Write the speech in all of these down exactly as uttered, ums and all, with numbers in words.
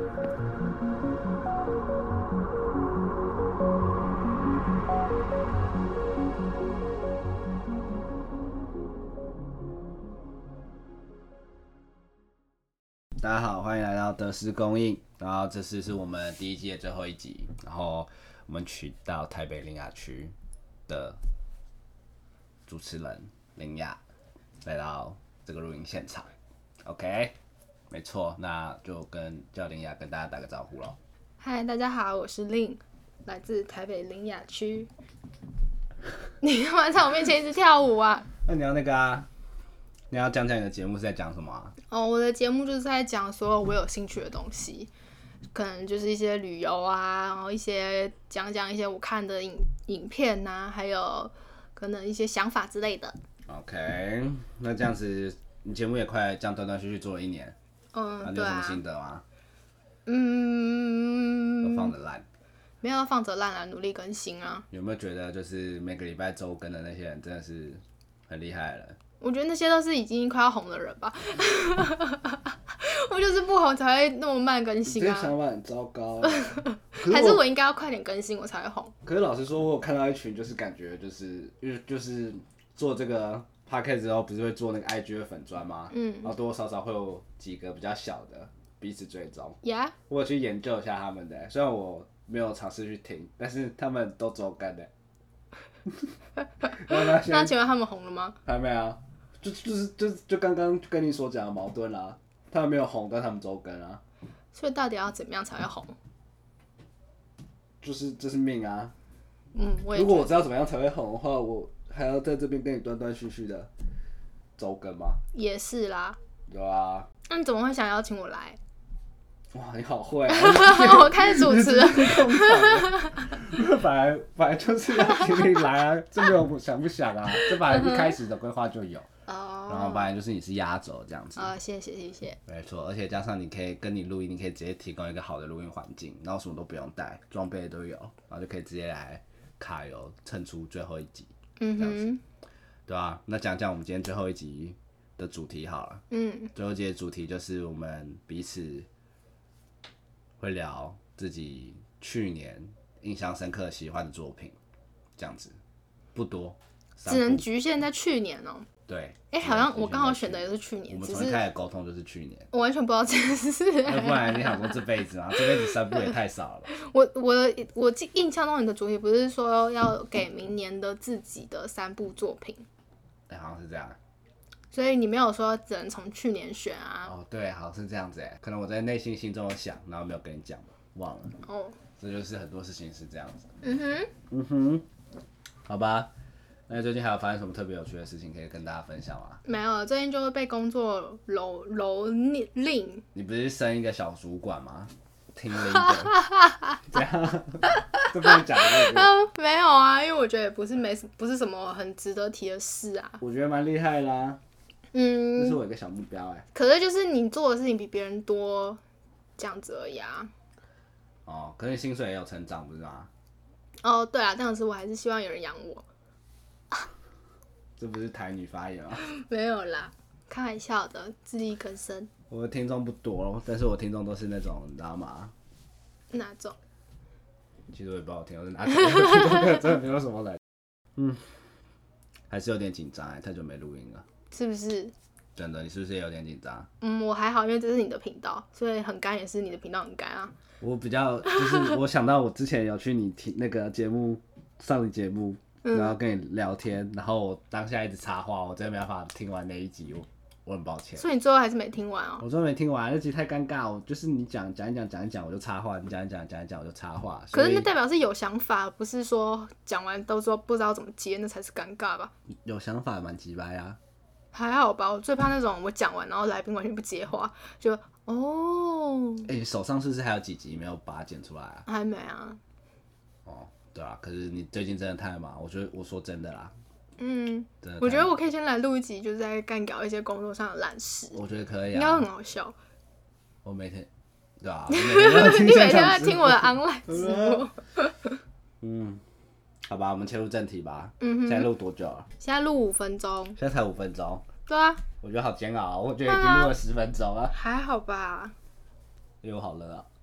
大家好，欢迎来到德斯公映。然后这次是我们第一季的最后一集，然后我们取到台北林雅区的主持人林雅来到这个录音现场。OK， 没错，那就跟叫林雅跟大家打个招呼咯。 嗨，大家好，我是令，来自台北林雅区。你干嘛在我面前一直跳舞啊？ 那你要那个啊？你要讲讲你的节目是在讲什么啊？ 哦，我的节目就是在讲所有我有兴趣的东西，可能就是一些旅游啊，然后一些讲讲一些我看的影影片呐、啊，还有可能一些想法之类的。 OK， 那这样子，你节目也快这样断断续续做了一年， 嗯， 啊、你对啊。 有什么心得吗？ 嗯， 都放着烂。 没有放着烂啊，努力更新啊。 有没有觉得就是每个礼拜周更的那些人真的是很厉害了？ 我觉得那些都是已经快要红的人吧。我就是不红才会那么慢更新啊。 这个想法很糟糕、啊。是还是我应该要快点更新，我才会红。 可是老实说，我有看到一群就是感觉就是就是做这个 podcast 之后，不是会做那个 I G 的粉专吗？嗯。然后多多少少会有几个比较小的彼此追踪。 呀、yeah? 我有去研究一下他们的，虽然我没有尝试去听，但是他们都周更的。 那请问他们红了吗？ 还没啊。就就是就就刚刚跟你所讲的矛盾啦、啊，他们没有红，但他们周更啊。 所以到底要怎么样才会红？ 就是这是命啊。 嗯，我也。 如果我知道怎么样才会红的话，我还要在这边跟你断断续续的周更吗？ 也是啦。 有啊。 那你怎么会想邀请我来？ 哇，你好会、啊！ 我开始主持了。 本来本来就是要请你来啊，这没有想不想啊？这本来一开始的规划就有。哦。然后本来就是你是压轴这样子。 啊、哦，谢谢谢谢。 没错，而且加上你可以跟你录音，你可以直接提供一个好的录音环境，然后什么都不用带，装备都有，然后就可以直接来卡油蹭出最后一集。嗯哼。对啊，那讲讲我们今天最后一集的主题好了。嗯。最后一集的主题就是我们彼此会聊自己去年印象深刻喜欢的作品，这样子不多， 只能局限在去年哦、喔。 对， 哎、欸，好像我刚好选的也是去年， 我们从一开始沟通就是去年， 我完全不知道这件事、欸。 要不然你想说这辈子吗？这辈子三部也太少了吧？ 我我的我印象中你的主题不是说要给明年的自己的三部作品？ 哎、欸，好像是这样。 所以你没有说只能从去年选啊？ 哦，对，好像是这样子哎，可能我在内心心中有想，然后没有跟你讲，忘了。哦，这就是很多事情是这样子。嗯哼，嗯哼，好吧。那最近还有发生什么特别有趣的事情可以跟大家分享吗？ 没有，最近就是被工作蹂蹂令。 你不是升一个小主管吗？听了一个，这样，这不能讲这个。 嗯，没有啊，因为我觉得也不是没不是什么很值得提的事啊。 我觉得蛮厉害啦。嗯，这是我一个小目标哎、欸。 可是就是你做的事情比别人多，这样子而已啊。 哦，可是薪水也有成长，不是吗？ 哦，对啊，但是我还是希望有人养我。 这不是台女发言吗？ 没有啦，开玩笑的，自力更生。 我的听众不多，但是我听众都是那种，你知道吗？ 哪种？ 其实我也不知道我听众是哪种，听众真的没有什么人。嗯，还是有点紧张哎，太久没录音了。 是不是？ 真的，你是不是也有点紧张？ 嗯，我还好，因为这是你的频道，所以很干也是你的频道很干啊。 我比较就是我想到我之前有去你听那个节目上你节目。然后跟你聊天，然后我当下一直插话，我真的没办法听完那一集，我我很抱歉。 所以你最后还是没听完哦？ 我最后没听完，那集太尴尬，我就是你讲讲一讲讲一讲我就插话，你讲一讲讲一讲我就插话。 可是那代表是有想法，不是说讲完都说不知道怎么接，那才是尴尬吧？ 有想法蛮鸡掰啊。 还好吧，我最怕那种我讲完然后来宾完全不接话，就哦。 哎、欸，手上是不是还有几集没有把它剪出来啊？ 还没啊。 哦。对啊，可是你最近真的太忙，我觉得我说真的啦， 嗯，真的我觉得我可以先来录一集，就是在干搞一些工作上的烂事。 我觉得可以啊， 应该很好笑。 我每天，对啊， 你每天在听我的 online 直播。 嗯，好吧，我们切入正题吧。嗯哼，现在录多久了？ 现在录五分钟。 现在才五分钟。 对啊。 我觉得好煎熬，我觉得已经录了十分钟了。 还好吧。 因为我好热啊。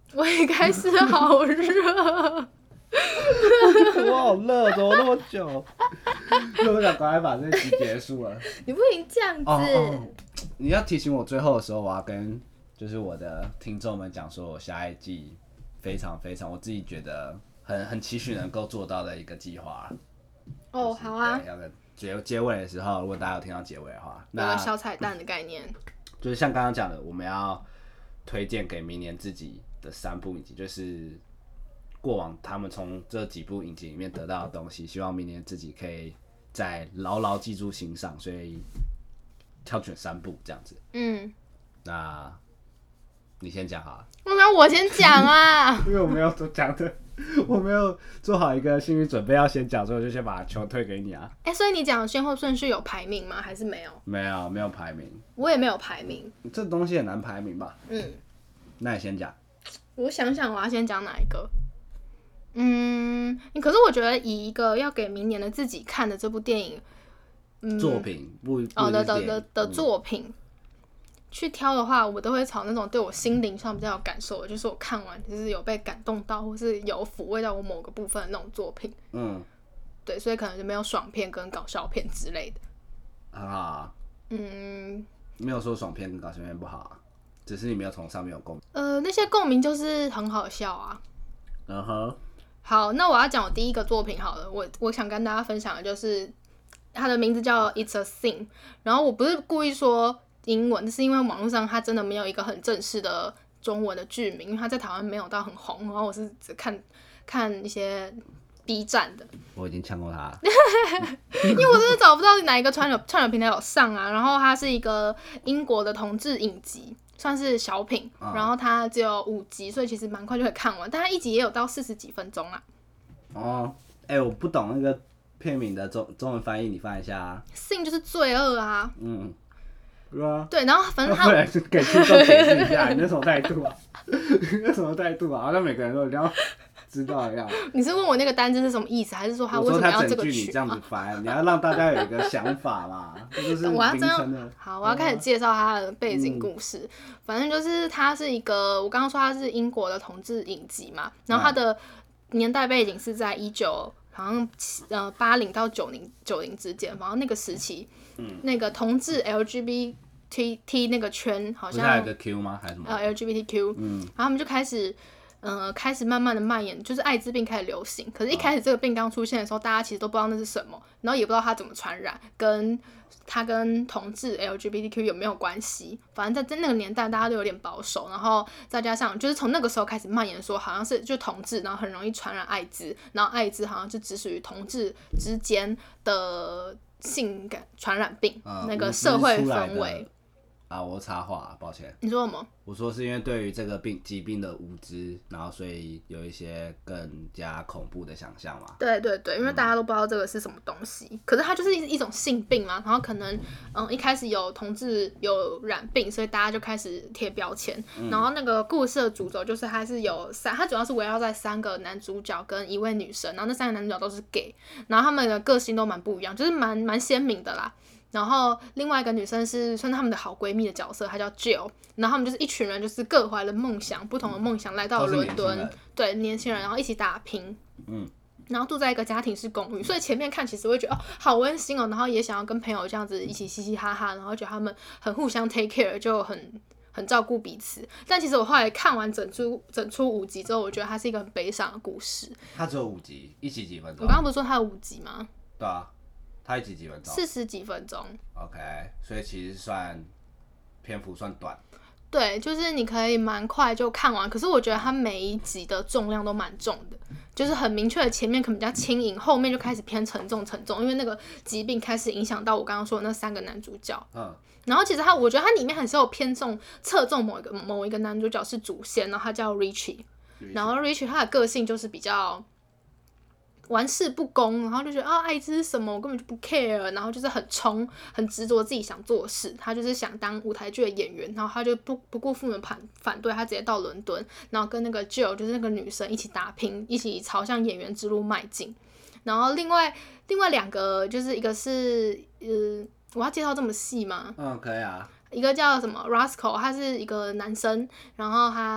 我也开始好热。 我好热，怎么那么久？所以我想赶快把这集结束了。 你不能这样子。 哦哦，你要提醒我最后的时候，我要跟就是我的听众们讲说，我下一季非常非常，我自己觉得很很期许能够做到的一个计划。 哦， 就是、 好啊。 要个结结尾的时候，如果大家有听到结尾的话，那有个小彩蛋的概念， 就是像刚刚讲的，我们要推荐给明年自己的三部影集，就是过往他们从这几部影集里面得到的东西，希望明年自己可以再牢牢记住心上，所以挑选三部这样子。嗯，那你先讲好了。 为什么要我先讲啊？ 因为我没有做讲的，我没有做好一个心理准备要先讲，所以我就先把球推给你啊。 哎、欸，所以你讲的先后顺序有排名吗？还是没有？ 没有，没有排名。 我也没有排名。 这东西很难排名吧？嗯。那你先讲。 我想想，我要先讲哪一个？嗯，可是我觉得以一个要给明年的自己看的这部电影， 嗯、作品不哦的的的的作品、嗯、去挑的话，我都会朝那种对我心灵上比较有感受的，就是我看完就是有被感动到，或是有抚慰到我某个部分的那种作品。嗯，对，所以可能就没有爽片跟搞笑片之类的。 啊，嗯，没有说爽片跟搞笑片不好啊，只是你没有从上面有共鸣。 呃，那些共鸣就是很好笑啊。 嗯哼。 好，那我要讲我第一个作品好了。我我想跟大家分享的就是它的名字叫 It's a Sin， 然后我不是故意说英文，是因为网络上它真的没有一个很正式的中文的剧名，因为它在台湾没有到很红，然后我是只看看一些 B 站的。 我已经抢过它了， 因为我真的找不到哪一个串流串流平台有上啊。然后它是一个英国的同志影集。算是小品，嗯、然后它只有五集，所以其实蛮快就可以看完。但它一集也有到四十几分钟啦。哦， 哎、欸，我不懂那个片名的中中文翻译，你翻一下啊。 sin 就是罪恶啊。嗯， 对啊。 对，然后反正他后来是给听众解释一下，你那什么态度啊？你那什么态度啊？好像每个人都一定要知道一样。 你是问我那个单字是什么意思，还是说他为什么要这个曲？你这样子翻，你要让大家有一个想法嘛。这就是我要这样好，我要开始介绍他的背景故事。嗯、反正就是他是一个，我刚刚说他是英国的同志影集嘛，然后他的年代背景是在一九好像呃八零到九零九零之间，然后那个时期，嗯、那个同志 L G B T T 那个圈好像不是还有个 Q 吗？还是什么？ 呃 L G B T Q， 嗯，然后他们就开始。呃，开始慢慢的蔓延，就是艾滋病开始流行。可是，一开始这个病刚出现的时候，大家其实都不知道那是什么，然后也不知道它怎么传染，跟它跟同志 L G B T Q 有没有关系。反正在那个年代，大家都有点保守，然后再加上就是从那个时候开始蔓延，说好像是就同志，然后很容易传染艾滋，然后艾滋好像就只属于同志之间的性感传染病，呃、那个社会氛围。 啊，我插话、啊，抱歉。 你说什么？ 我说是因为对于这个病疾病的无知，然后所以有一些更加恐怖的想象嘛。 对对对，因为大家都不知道这个是什么东西，嗯、可是它就是一一种性病嘛。然后可能嗯一开始有同志有染病，所以大家就开始贴标签。嗯、然后那个故事的主轴就是它是有三，它主要是围绕在三个男主角跟一位女生，然后那三个男主角都是 gay， 然后他们的个性都蛮不一样，就是蛮蛮鲜明的啦。然后另外一个女生是算她们的好闺蜜的角色，她叫 Jill， 然后他们就是一群人，就是各怀了梦想，不同的梦想来到伦敦，对，年轻人，然后一起打拼，嗯，然后住在一个家庭式公寓，所以前面看其实会觉得哦好温馨哦，然后也想要跟朋友这样子一起嘻嘻哈哈，然后觉得他们很互相 take care， 就很很照顾彼此。但其实我后来看完整出整出五集之后，我觉得它是一个很悲伤的故事。 它只有五集，一集几分钟？ 我刚刚不是说它有五集吗？ 对啊。它一集几分钟？ 四十几分钟。 OK， 所以其实算篇幅算短。 对，就是你可以蛮快就看完，可是我觉得它每一集的重量都蛮重的，就是很明确的，前面可能比较轻盈，后面就开始偏沉重沉重，因为那个疾病开始影响到我刚刚说的那三个男主角。嗯。然后其实他，我觉得它里面还是有偏重侧重某一个某一个男主角是主线，然后他叫 Richie， 然后 Richie 他的个性就是比较。玩世不恭，然后就觉得啊，艾滋是什么，我根本就不 care， 然后就是很冲，很执着自己想做的事。他就是想当舞台剧的演员，然后他就不不顾父母反反对，他直接到伦敦，然后跟那个 Jill 就是那个女生一起打拼，一起朝向演员之路迈进。然后另外另外两个就是一个是呃，我要介绍这么细吗？ 嗯，可以啊。 一个叫什么 Roscoe， 他是一个男生，然后他。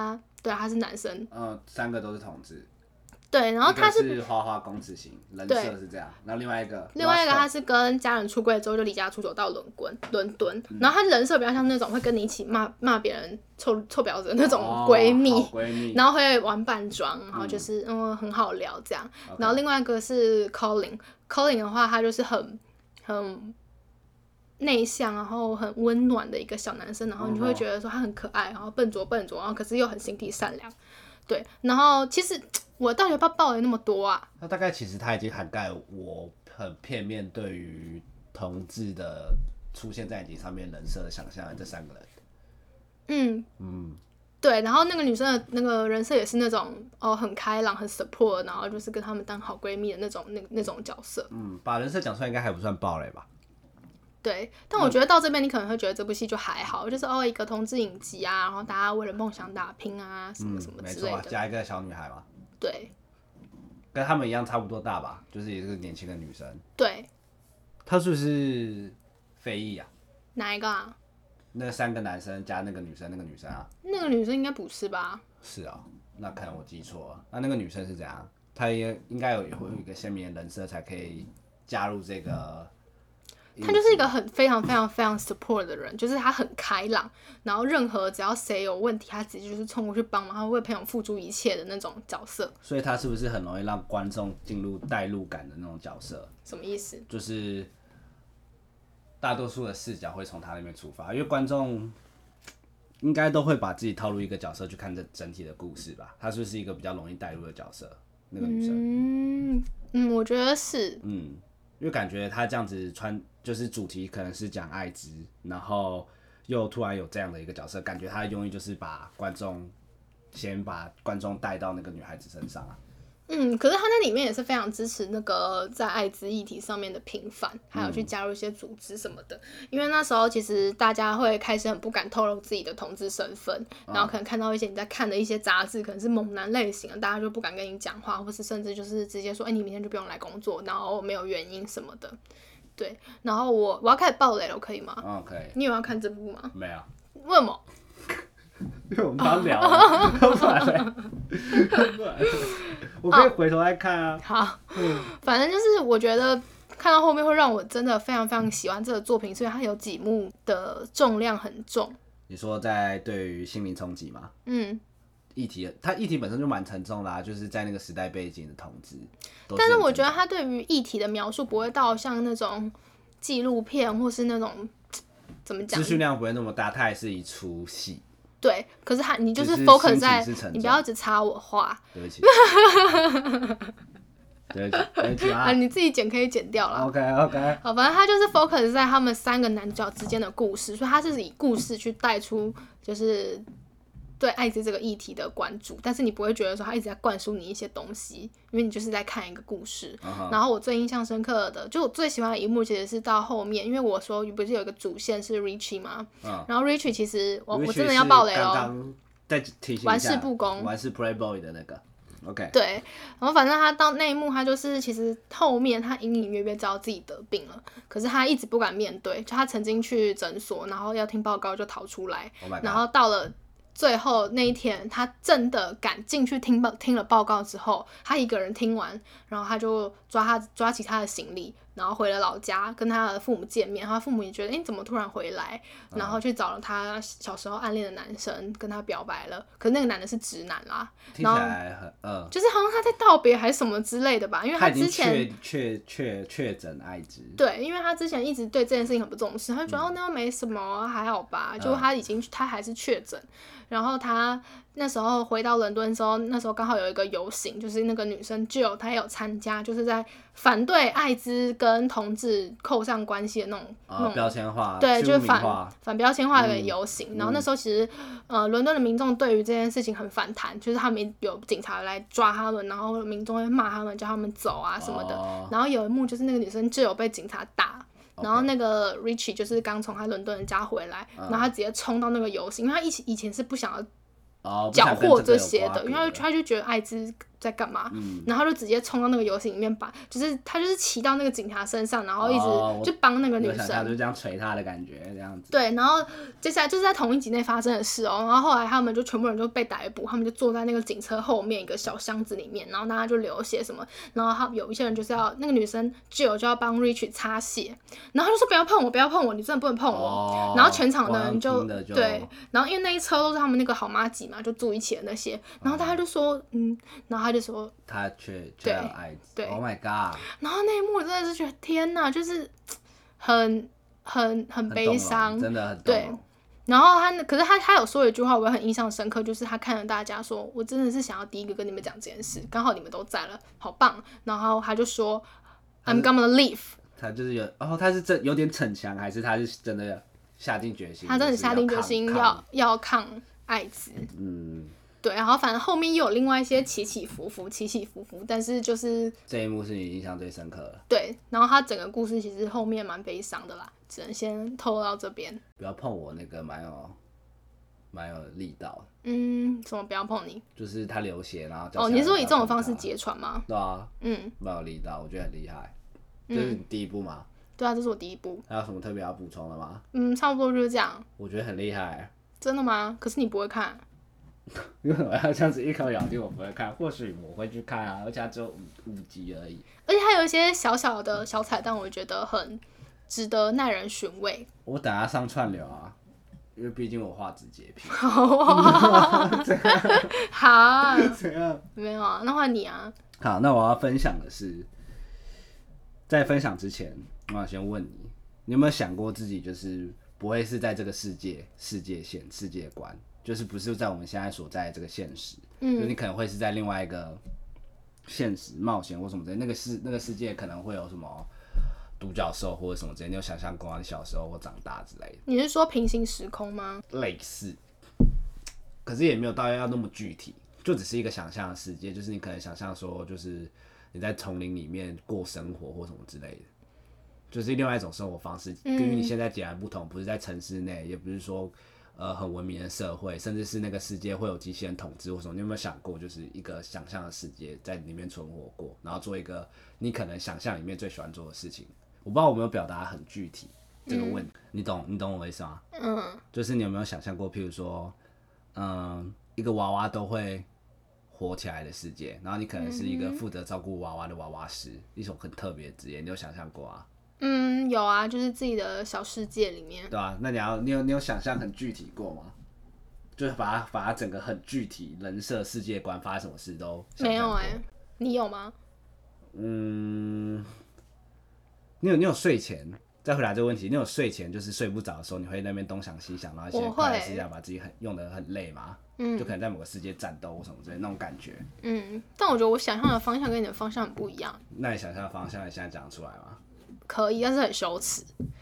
对，他是男生。 嗯，三个都是同志。 对，然后他是是花花公子型，人设是这样。然后另外一个， 另外一个他是跟家人出柜之后就离家出走到伦敦，伦敦。嗯、然后他人设比较像那种会跟你一起骂骂别人臭臭婊子的那种闺蜜， 哦、闺蜜， 然后会玩扮装，然后就是嗯, 嗯很好聊这样。Okay. 然后另外一个是 Colin，Colin 的话他就是很很内向，然后很温暖的一个小男生，然后你就会觉得说他很可爱，然后笨拙笨拙，然后可是又很心地善良。对，然后其实我到底要不要爆雷那么多啊？ 那大概其实他已经涵盖我很片面对于同志的出现在你上面人设的想象的这三个人。 嗯嗯，对，然后那个女生的那个人设也是那种哦很开朗、很 support， 然后就是跟他们当好闺蜜的那种那那种角色。 嗯，把人设讲出来应该还不算爆雷吧？ 对，但我觉得到这边你可能会觉得这部戏就还好，就是哦一个同志影集啊，然后大家为了梦想打拼啊，什么什么之类的。 嗯、没错，加一个小女孩嘛。 对， 跟他们一样差不多大吧，就是也是个年轻的女生。 对。 她是不是非裔啊？ 哪一个啊？ 那三个男生加那个女生，那个女生啊？ 那个女生应该不是吧？ 是啊、哦，那可能我记错了。那那个女生是怎样？她应应该有会有一个鲜明的人设才可以加入这个。 他就是一个很非常非常非常 support 的人，就是他很开朗，然后任何只要谁有问题，他直接就是冲过去帮忙，他会为朋友付诸一切的那种角色。 所以他是不是很容易让观众进入代入感的那种角色？ 什么意思？ 就是大多数的视角会从他那边出发，因为观众应该都会把自己套入一个角色去看这整体的故事吧？他是不是一个比较容易代入的角色？那个女生， 嗯嗯，我觉得是， 嗯，因为感觉他这样子穿。就是主题可能是讲艾滋，然后又突然有这样的一个角色，感觉他的用意就是把观众先把观众带到那个女孩子身上啊。 嗯，可是他那里面也是非常支持那个在艾滋议题上面的平反，还有去加入一些组织什么的。嗯、因为那时候其实大家会开始很不敢透露自己的同志身份，嗯、然后可能看到一些你在看的一些杂志，可能是猛男类型的，大家就不敢跟你讲话，或是甚至就是直接说，哎、欸，你明天就不用来工作，然后没有原因什么的。对，然后我我要开始爆雷了，可以吗？ 嗯，可以。 你有要看这部吗？ 没有。 为什么？ 因为我们刚聊了，不然嘞，不然嘞，我可以回头来看啊。 好，嗯，反正就是我觉得看到后面会让我真的非常非常喜欢这个作品，所以它有几幕的重量很重。 你说在对于心灵冲击吗？嗯。议题，它议题本身就蛮沉重啦、啊，就是在那个时代背景的同志。 但是我觉得他对于议题的描述不会到像那种纪录片或是那种怎么讲， 资讯量不会那么大，它还是一出戏。 对，可是他你就是 focus 在，你不要只插我话。 对不起。对不起，对不起啊！ 你自己剪可以剪掉啦。 OK OK。 好，反正他就是 focus 在他们三个男主角之间的故事，所以他是以故事去带出就是对艾滋这个议题的关注，但是你不会觉得说他一直在灌输你一些东西，因为你就是在看一个故事。Uh-huh. 然后我最印象深刻的，就我最喜欢的一幕其实是到后面，因为我说不是有一个主线是 Richie 吗？ Uh-huh. 然后 Richie 其实我我真的要爆雷了， 刚刚再提醒一下， 玩世不恭， 玩世 Playboy 的那个。OK。 对，然后反正他到那一幕，他就是其实后面他隐隐约约知道自己得病了，可是他一直不敢面对，就他曾经去诊所，然后要听报告就逃出来， Oh my God. 然后到了最后那一天，他真的敢进去听报听了报告之后，他一个人听完，然后他就抓他抓起他的行李，然后回了老家，跟他的父母见面。他父母也觉得，哎，怎么突然回来？然后去找了他小时候暗恋的男生，跟他表白了。可是那个男的是直男啦， 听起来很嗯， 就是好像他在道别还是什么之类的吧，因为他之前确确确诊艾滋。 对，因为他之前一直对这件事情很不重视，他就觉得、嗯、哦那没什么，还好吧。结果他已经他还是确诊。然后他那时候回到伦敦的时候，那时候刚好有一个游行，就是那个女生 Jill 她也有参加，就是在反对艾滋跟同志扣上关系的那种、 呃、 那种标签化， 对，就是反反标签化的游行、嗯。然后那时候其实呃，伦敦的民众对于这件事情很反弹，就是他们有警察来抓他们，然后民众会骂他们，叫他们走啊什么的。哦、然后有一幕就是那个女生 Jill 被警察打。然后那个 Richie 就是刚从他伦敦的家回来、嗯，然后他直接冲到那个游行，因为他以以前是不想要缴获这些的，因为他就觉得艾滋在干嘛， 嗯、 然后他就直接冲到那个游行里面把，就是他就是骑到那个警察身上，然后一直就帮那个女生， 哦、就这样捶他的感觉这样子。 对，然后接下来就是在同一集内发生的事哦，然后后来他们就全部人就被逮捕，他们就坐在那个警车后面一个小箱子里面，然后大家就流血什么，然后他有一些人就是要那个女生 Jill 就要帮 Rich 擦血，然后他就说不要碰我，不要碰我，你真的不能碰我， 哦、 然后全场的人就, 就对，然后因为那一车都是他们那个好妈吉嘛，就住一起的那些，然后大家就说嗯，然后他就说他却却要艾滋， 对 ，Oh my god！ 然后那一幕真的是觉得天哪，就是很很很悲伤， 真的很对。然后他，可是他他有说一句话，我很印象深刻，就是他看着大家说：“我真的是想要第一个跟你们讲这件事，刚好你们都在了，好棒。”然后他就说 ：“I'm gonna leave。” 他就是有，哦，他是真有点逞强，还是他是真的下定决心？ 他真的下定决心要要, 要抗艾滋。嗯。对，然后反正后面又有另外一些起起伏伏，起起伏伏，但是就是这一幕是你印象最深刻的。 对，然后他整个故事其实后面蛮悲伤的啦，只能先透露到这边。 不要碰我，那个蛮有蛮有力道的。 嗯，什么不要碰你？ 就是他流血，然后叫哦，你是说以这种方式揭穿吗？ 对啊， 嗯， 蛮有力道，我觉得很厉害。这是你第一部吗？ 对啊，这是我第一部。 还有什么特别要补充的吗？ 嗯，差不多就是这样。 我觉得很厉害。 真的吗？可是你不会看。 因为我要这样子一口咬定我不会看，或许我会去看啊，而且它只有五五集而已。 而且它有一些小小的小彩蛋，我觉得很值得耐人寻味。 我等下上串流啊，因为毕竟我画质洁癖。 好啊，好， 怎样？ 没有啊，那换你啊。 好，那我要分享的是，在分享之前，我想先问你，你有没有想过自己就是不会是在这个世界世界线世界观？就是不是在我们现在所在的这个现实，嗯，就你可能会是在另外一个现实冒险或什么之类，那个世那个世界可能会有什么独角兽或者什么之类，你有想象过啊？你小时候或长大之类的？ 你是说平行时空吗？ 类似，可是也没有到要那么具体，就只是一个想象的世界，就是你可能想象说，就是你在丛林里面过生活或什么之类的，就是另外一种生活方式，跟你现在截然不同，不是在城市内，也不是说。呃，很文明的社会，甚至是那个世界会有机器人统治或什么，你有没有想过，就是一个想象的世界在里面存活过，然后做一个你可能想象里面最喜欢做的事情？我不知道我有没有表达很具体这个问题，嗯、你懂你懂我的意思吗？嗯，就是你有没有想象过，譬如说，嗯，一个娃娃都会活起来的世界，然后你可能是一个负责照顾娃娃的娃娃师，一种很特别的职业，你有想象过啊？ 嗯，有啊，就是自己的小世界里面。 对啊，那你要你有你有想象很具体过吗？就是把它把它整个很具体人设世界观发生什么事都没有哎、欸，你有吗？ 嗯，你有你有睡前再回答这个问题，你有睡前就是睡不着的时候，你会在那边东想西想，然后先快乐世界把自己很用得很累吗？嗯，就可能在某个世界战斗什么之类的那种感觉。 嗯，但我觉得我想象的方向跟你的方向很不一样。 那你想象的方向，你现在讲得出来吗？ 可以，但是很羞耻。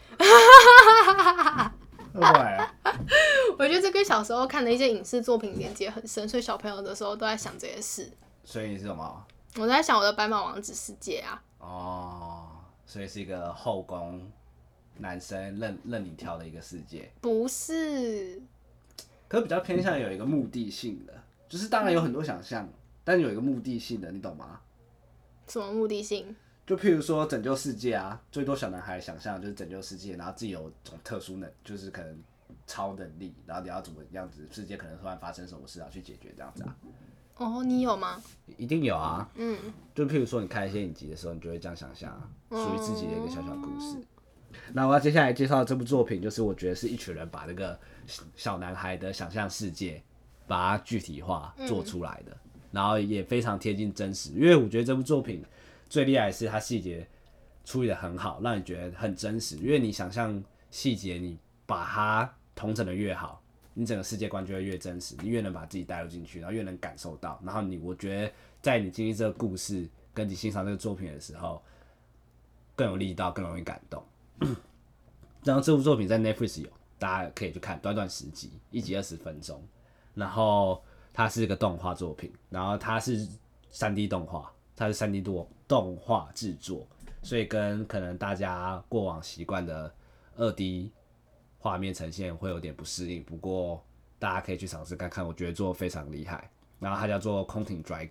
我觉得这跟小时候看的一些影视作品连接很深，所以小朋友的时候都在想这些事。 所以你是什么？ 我在想我的白马王子世界啊。 哦，所以是一个后宫男生任任你挑的一个世界。 不是， 可是比较偏向有一个目的性的，就是当然有很多想象，但有一个目的性的，你懂吗？ 什么目的性？ 就譬如说拯救世界啊，最多小男孩想象就是拯救世界，然后自己有种特殊能，就是可能超能力，然后你要怎么样子，世界可能突然发生什么事啊，去解决这样子啊。 哦，你有吗？ 一定有啊。嗯，就譬如说你看一些影集的时候，你就会这样想象啊，属于自己的一个小小故事。嗯、那我要接下来介绍的这部作品，就是我觉得是一群人把那个小男孩的想象世界，把它具体化做出来的，嗯、然后也非常贴近真实，因为我觉得这部作品。最厉害的是它细节处理得很好，让你觉得很真实。因为你想象细节，你把它统整的越好，你整个世界观就会越真实，你越能把自己带入进去，然后越能感受到。然后你，我觉得在你经历这个故事，跟你欣赏这个作品的时候，更有力道，更容易感动。然后这部作品在 Netflix 有，大家可以去看，短短十集，一集二十分钟。然后它是一个动画作品，然后它是三 D 动画。它是三 D 动画制作，所以跟可能大家过往习惯的二 D 画面呈现会有点不适应。不过大家可以去尝试看看，我觉得做得非常厉害。然后它叫做空挺 Dragon，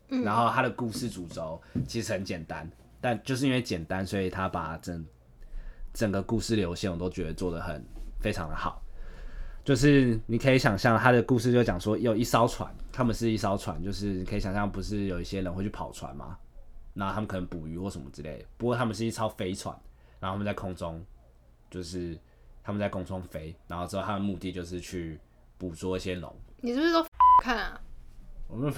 嗯、然后它的故事主轴其实很简单，但就是因为简单，所以他把整整个故事流线我都觉得做得很非常的好。就是你可以想象他的故事就讲说有一艘船，他们是一艘船，就是你可以想象不是有一些人会去跑船吗？然后他们可能捕鱼或什么之类的，不过他们是一艘飞船，然后他们在空中，就是他们在空中飞，然后之后他的目的就是去捕捉一些龙。 你是不是都看啊？ 我们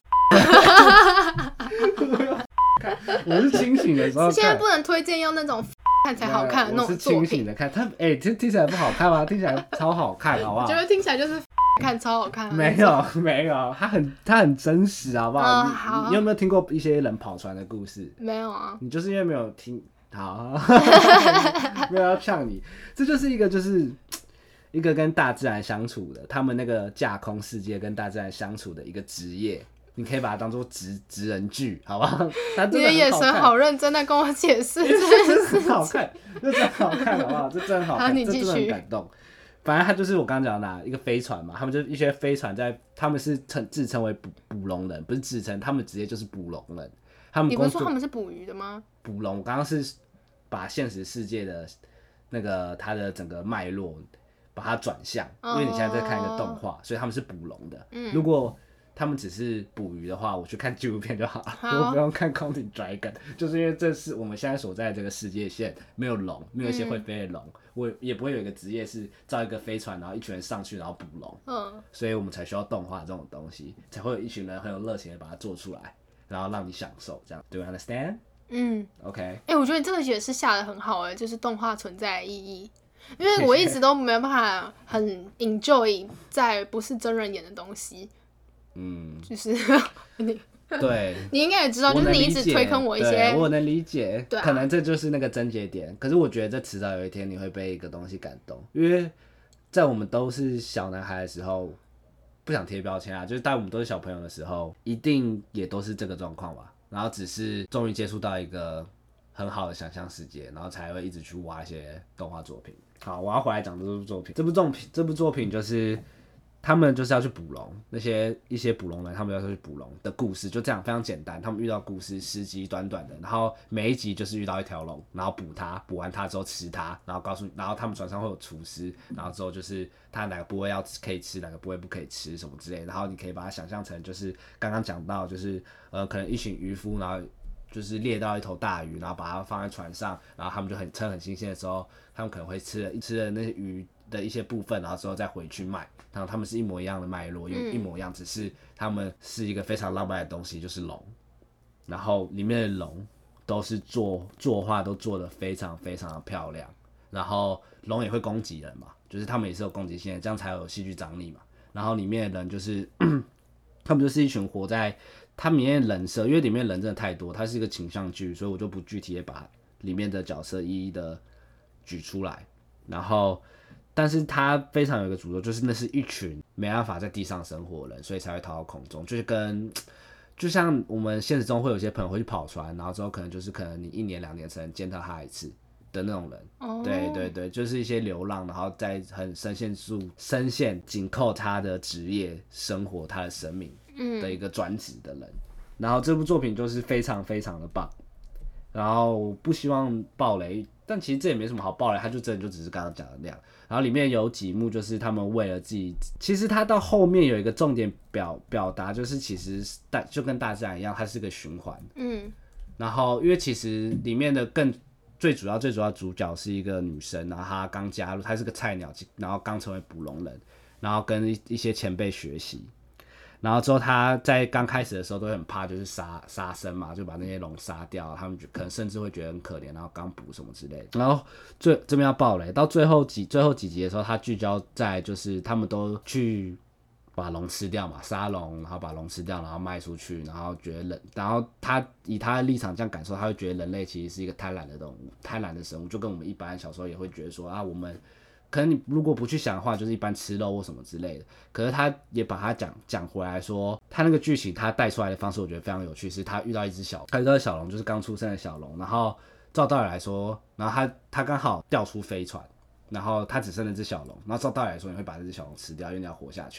我是清醒的时候看， 现在不能推荐用那种看才好看的那种作品。 我是清醒的看，它哎、欸，听听起来不好看吗？听起来超好看，好不好？ 我觉得听起来就是看超好看。 没有没有，它很它很真实，好不好？ 嗯， 你好。 你有没有听过一些人跑船的故事？ 没有啊。 你就是因为没有听，好，没有要呛你，这就是一个就是一个跟大自然相处的，他们那个架空世界跟大自然相处的一个职业。你可以把它当做职职人剧，好不好？ 你的眼神好认真的跟我解释，这真的很好看，这真的好看，好不好？这真的好看， 好，你继续。 这真的很感动。反正他就是我刚刚讲的一个飞船嘛，他们就一些飞船在，他们是称自称为捕捕龙人，不是自称，他们直接就是捕龙人。他们你不是说他们是捕鱼的吗？ 捕龙，我刚刚是把现实世界的那个它的整个脉络把它转向，因为你现在在看一个动画，所以他们是捕龙的。嗯，如果他们只是捕鱼的话，我去看纪录片就好了，我不用看《Counting Dragon》，就是因为这是我们现在所在的这个世界线，没有龙，没有一些会飞的龙，嗯、我也不会有一个职业是造一个飞船，然后一群人上去，然后捕龙，嗯，所以我们才需要动画这种东西，才会有一群人很有热情的把它做出来，然后让你享受，这样 ，Do you understand？ 嗯 ，OK。哎、 欸，我觉得你这个也是下得很好哎，就是动画存在的意义。因为我一直都没有办法很 enjoy 在不是真人演的东西。嗯，就是你对， 你应该也知道，就是你一直推坑我一些， 我能理解， 对啊， 可能这就是那个症结点。可是我觉得这迟早有一天你会被一个东西感动，因为在我们都是小男孩的时候，不想贴标签啊，就是在我们都是小朋友的时候，一定也都是这个状况吧。然后只是终于接触到一个很好的想象世界，然后才会一直去挖一些动画作品。好，我要回来讲这部作品，这部作品，这部作品就是。他们就是要去捕龙，那些一些捕龙人，他们要去捕龙的故事就这样非常简单。他们遇到故事十集短短的，然后每一集就是遇到一条龙，然后捕它，捕完它之后吃它，然后告诉，然后他们船上会有厨师，然后之后就是它哪个部位要可以吃，哪个部位不可以吃什么之类的。然后你可以把它想象成就是刚刚讲到，就是呃可能一群渔夫，然后就是猎到一头大鱼，然后把它放在船上，然后他们就很趁很新鲜的时候，他们可能会吃了吃了那些鱼的一些部分，然后之后再回去卖，然后他们是一模一样的脉络，一模一样，只是他们是一个非常浪漫的东西，就是龙，然后里面的龙都是作作画都做得非常非常的漂亮，然后龙也会攻击人嘛，就是他们也是有攻击性的，这样才有戏剧张力嘛。然后里面的人就是他们就是一群活在他们里面的人设，因为里面的人真的太多，它是一个倾向剧，所以我就不具体的把里面的角色一一的举出来，然后。但是它非常有一个主轴，就是那是一群没办法在地上生活的人，所以才会逃到空中，就是跟就像我们现实中会有些朋友会去跑船，然后之后可能就是可能你一年两年才能见到他一次的那种人，哦、对对对，就是一些流浪，然后在很深陷住深陷紧扣他的职业生活、他的生命的一个专职的人。嗯、然后这部作品就是非常非常的棒，然后不希望爆雷。但其实这也没什么好爆雷，他就真的就只是刚刚讲的那样。然后里面有几幕就是他们为了自己，其实他到后面有一个重点表表达，就是其实大就跟大自然一样，它是个循环。嗯。然后因为其实里面的更最主要最主要主角是一个女生，然后她刚加入，她是个菜鸟，然后刚成为捕龙人，然后跟一些前辈学习。然后之后他在刚开始的时候都会很怕，就是杀杀生嘛，就把那些龙杀掉，他们可能甚至会觉得很可怜，然后刚捕什么之类的。然后最这边要爆雷，到最后几最后几集的时候，他聚焦在就是他们都去把龙吃掉嘛，杀龙，然后把龙吃掉，然后卖出去，然后觉得人，然后他以他的立场这样感受，他会觉得人类其实是一个贪婪的动物，贪婪的生物，就跟我们一般小时候也会觉得说啊，我们。可能你如果不去想的话，就是一般吃肉或什么之类的。可是他也把它讲讲回来说，他那个剧情他带出来的方式，我觉得非常有趣。是他遇到一只小，他遇到小龙，就是刚出生的小龙。然后照道理来说，然后他他刚好掉出飞船，然后他只剩了只小龙。然后照道理来说，你会把这只小龙吃掉，因为你要活下去嘛。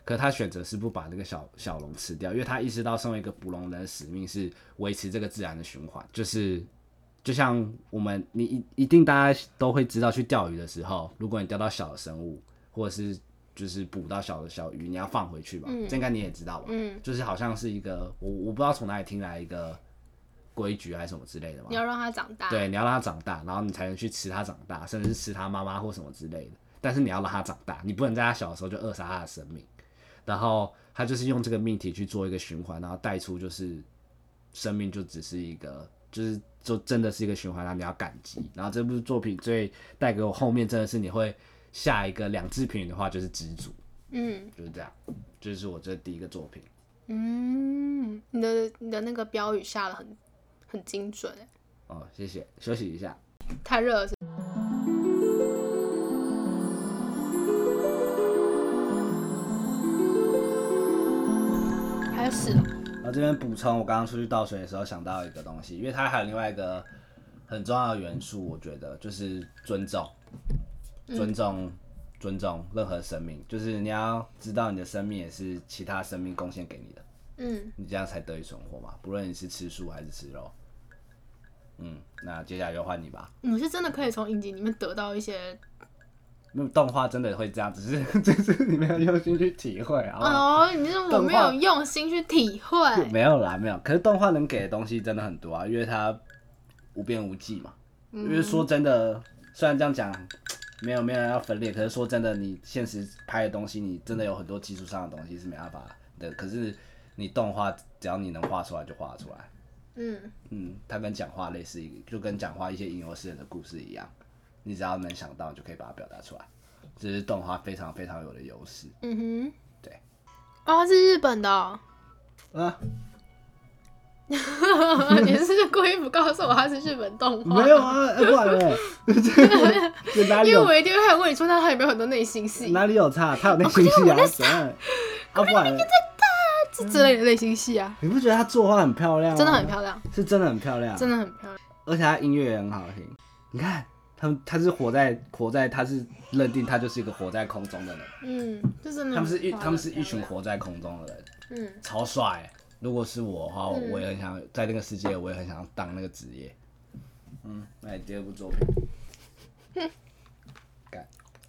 可他选择是不把那个小小龙吃掉，因为他意识到身为一个捕龙人的使命是维持这个自然的循环，就是就像我们你一一定大家都会知道，去钓鱼的时候，如果你钓到小的生物，或者是就是捕到小的小鱼，你要放回去吧，嗯、这应该你也知道吧？嗯，就是好像是一个我我不知道从哪里听来一个规矩还是什么之类的嘛。 你要让它长大， 对，你要让它长大，然后你才能去吃它长大，甚至是吃它妈妈或什么之类的。但是你要让它长大，你不能在它小的时候就扼杀它的生命。然后他就是用这个命题去做一个循环，然后带出就是生命就只是一个，就是就真的是一个循环，然后你要感激。然后这部作品最带给我后面真的是你会下一个两字评语的话就是知足，嗯，就是这样，这、就是我这第一个作品。 嗯，你的你的那个标语下得很很精准哎。 哦，谢谢，休息一下。 太热了是。是了， 然后这边补充，我刚刚出去倒水的时候想到一个东西，因为它还有另外一个很重要的元素，我觉得就是尊重，尊重，嗯、尊重任何生命，就是你要知道你的生命也是其他生命贡献给你的，嗯，你这样才得以存活嘛，不论你是吃素还是吃肉，嗯，那接下来就换你吧。 你是真的可以从影集里面得到一些。 那动画真的会这样，只是就是你没有用心去体会啊。 哦，你是我没有用心去体会。 没有啦，没有。可是动画能给的东西真的很多啊，因为它无边无际嘛。嗯、因为说真的，虽然这样讲没有没有人要分裂，可是说真的，你现实拍的东西，你真的有很多技术上的东西是没办法的。可是你动画，只要你能画出来就画出来。嗯嗯，它跟讲话类似，就跟讲话一些吟游诗人的故事一样。你只要能想到，就可以把它表达出来，这是动画非常非常有的优势。嗯哼，对。 哦，它是日本的、哦。啊。你是故意不告诉我它是日本动画？ 没有啊，欸、不然嘞。 因为我一定会问你说，它有没有很多内心戏？ 哪里有差？它有内心戏啊？怎样？ 啊，不然嘞。这之类的内心戏啊。 你不觉得它作画很漂亮、啊？ 真的很漂亮， 是真的很漂亮， 真的很漂亮。 而且它音乐也很好听，你看。他们他是活在活在他是认定他就是一个活在空中的人，嗯，就真的他们是一他们是一群活在空中的人，嗯，超帅、欸。如果是我的话，嗯、我也很想在那个世界，我也很想当那个职业。嗯，那你第二部作品，干，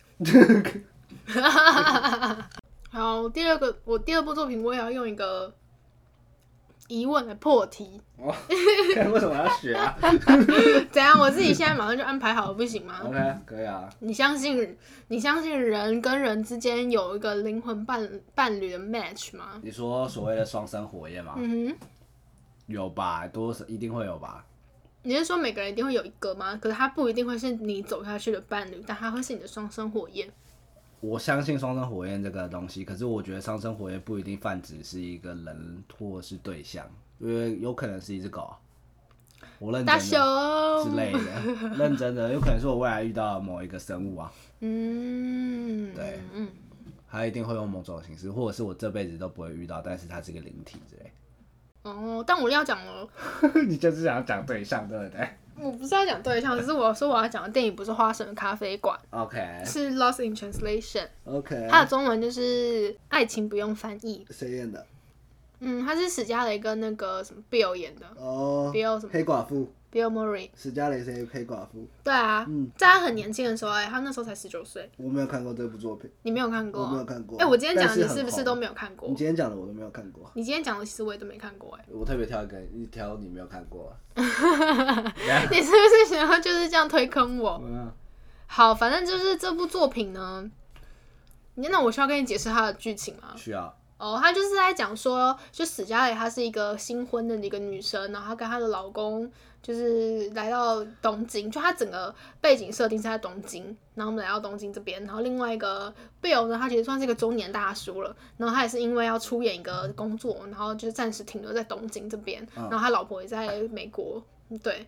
好，第二个我第二部作品我也要用一个疑问来破题。 哦，看为什么要学啊？ 怎样？我自己现在马上就安排好了，不行吗 ？OK， 可以啊。 你相信你相信人跟人之间有一个灵魂伴伴侣的 match 吗？ 你说所谓的双生火焰吗？嗯哼，有吧，多少一定会有吧。 你是说每个人一定会有一个吗？可是他不一定会是你走下去的伴侣，但他会是你的双生火焰。 我相信双生火焰这个东西，可是我觉得双生火焰不一定泛指是一个人或是对象，因为有可能是一只狗，我认真的之类的，认真的有可能是我未来遇到的某一个生物啊。嗯，对，嗯，它一定会用某种形式，或者是我这辈子都不会遇到，但是它是一个灵体之类。 哦，但我要讲了， 你就是想讲对象，对不对？ 我不是要讲对象，只是我说我要讲的电影不是《花神的咖啡馆》 ，OK， 是《Lost in Translation》 ，OK， 它的中文就是《爱情不用翻译》。 谁演的？ 嗯，他是史嘉蕾跟那个什么 Bill 演的。哦。Bill 什么？ 黑寡妇。 Bill Murray。 史嘉蕾是黑寡妇。 对啊。嗯。在他很年轻的时候，哎，他那时候才十九岁。 我没有看过这部作品。 你没有看过？ 我没有看过。 哎、欸，我今天讲的你是不是都没有看过？ 你今天讲的我都没有看过。 你今天讲的其实我也都没看过，哎。 我特别挑一个，一挑你没有看过、啊。 你是不是想要就是这样推坑我？嗯、好，反正就是这部作品呢，那我需要跟你解释它的剧情吗？ 需要。 哦，她就是在讲说，就史嘉蕾她是一个新婚的一个女生，然后她跟她的老公就是来到东京，就她整个背景设定是在东京，然后我们来到东京这边，然后另外一个 Bill 呢，他其实算是一个中年大叔了，然后他也是因为要出演一个工作，然后就是暂时停留在东京这边，然后他老婆也在美国，对。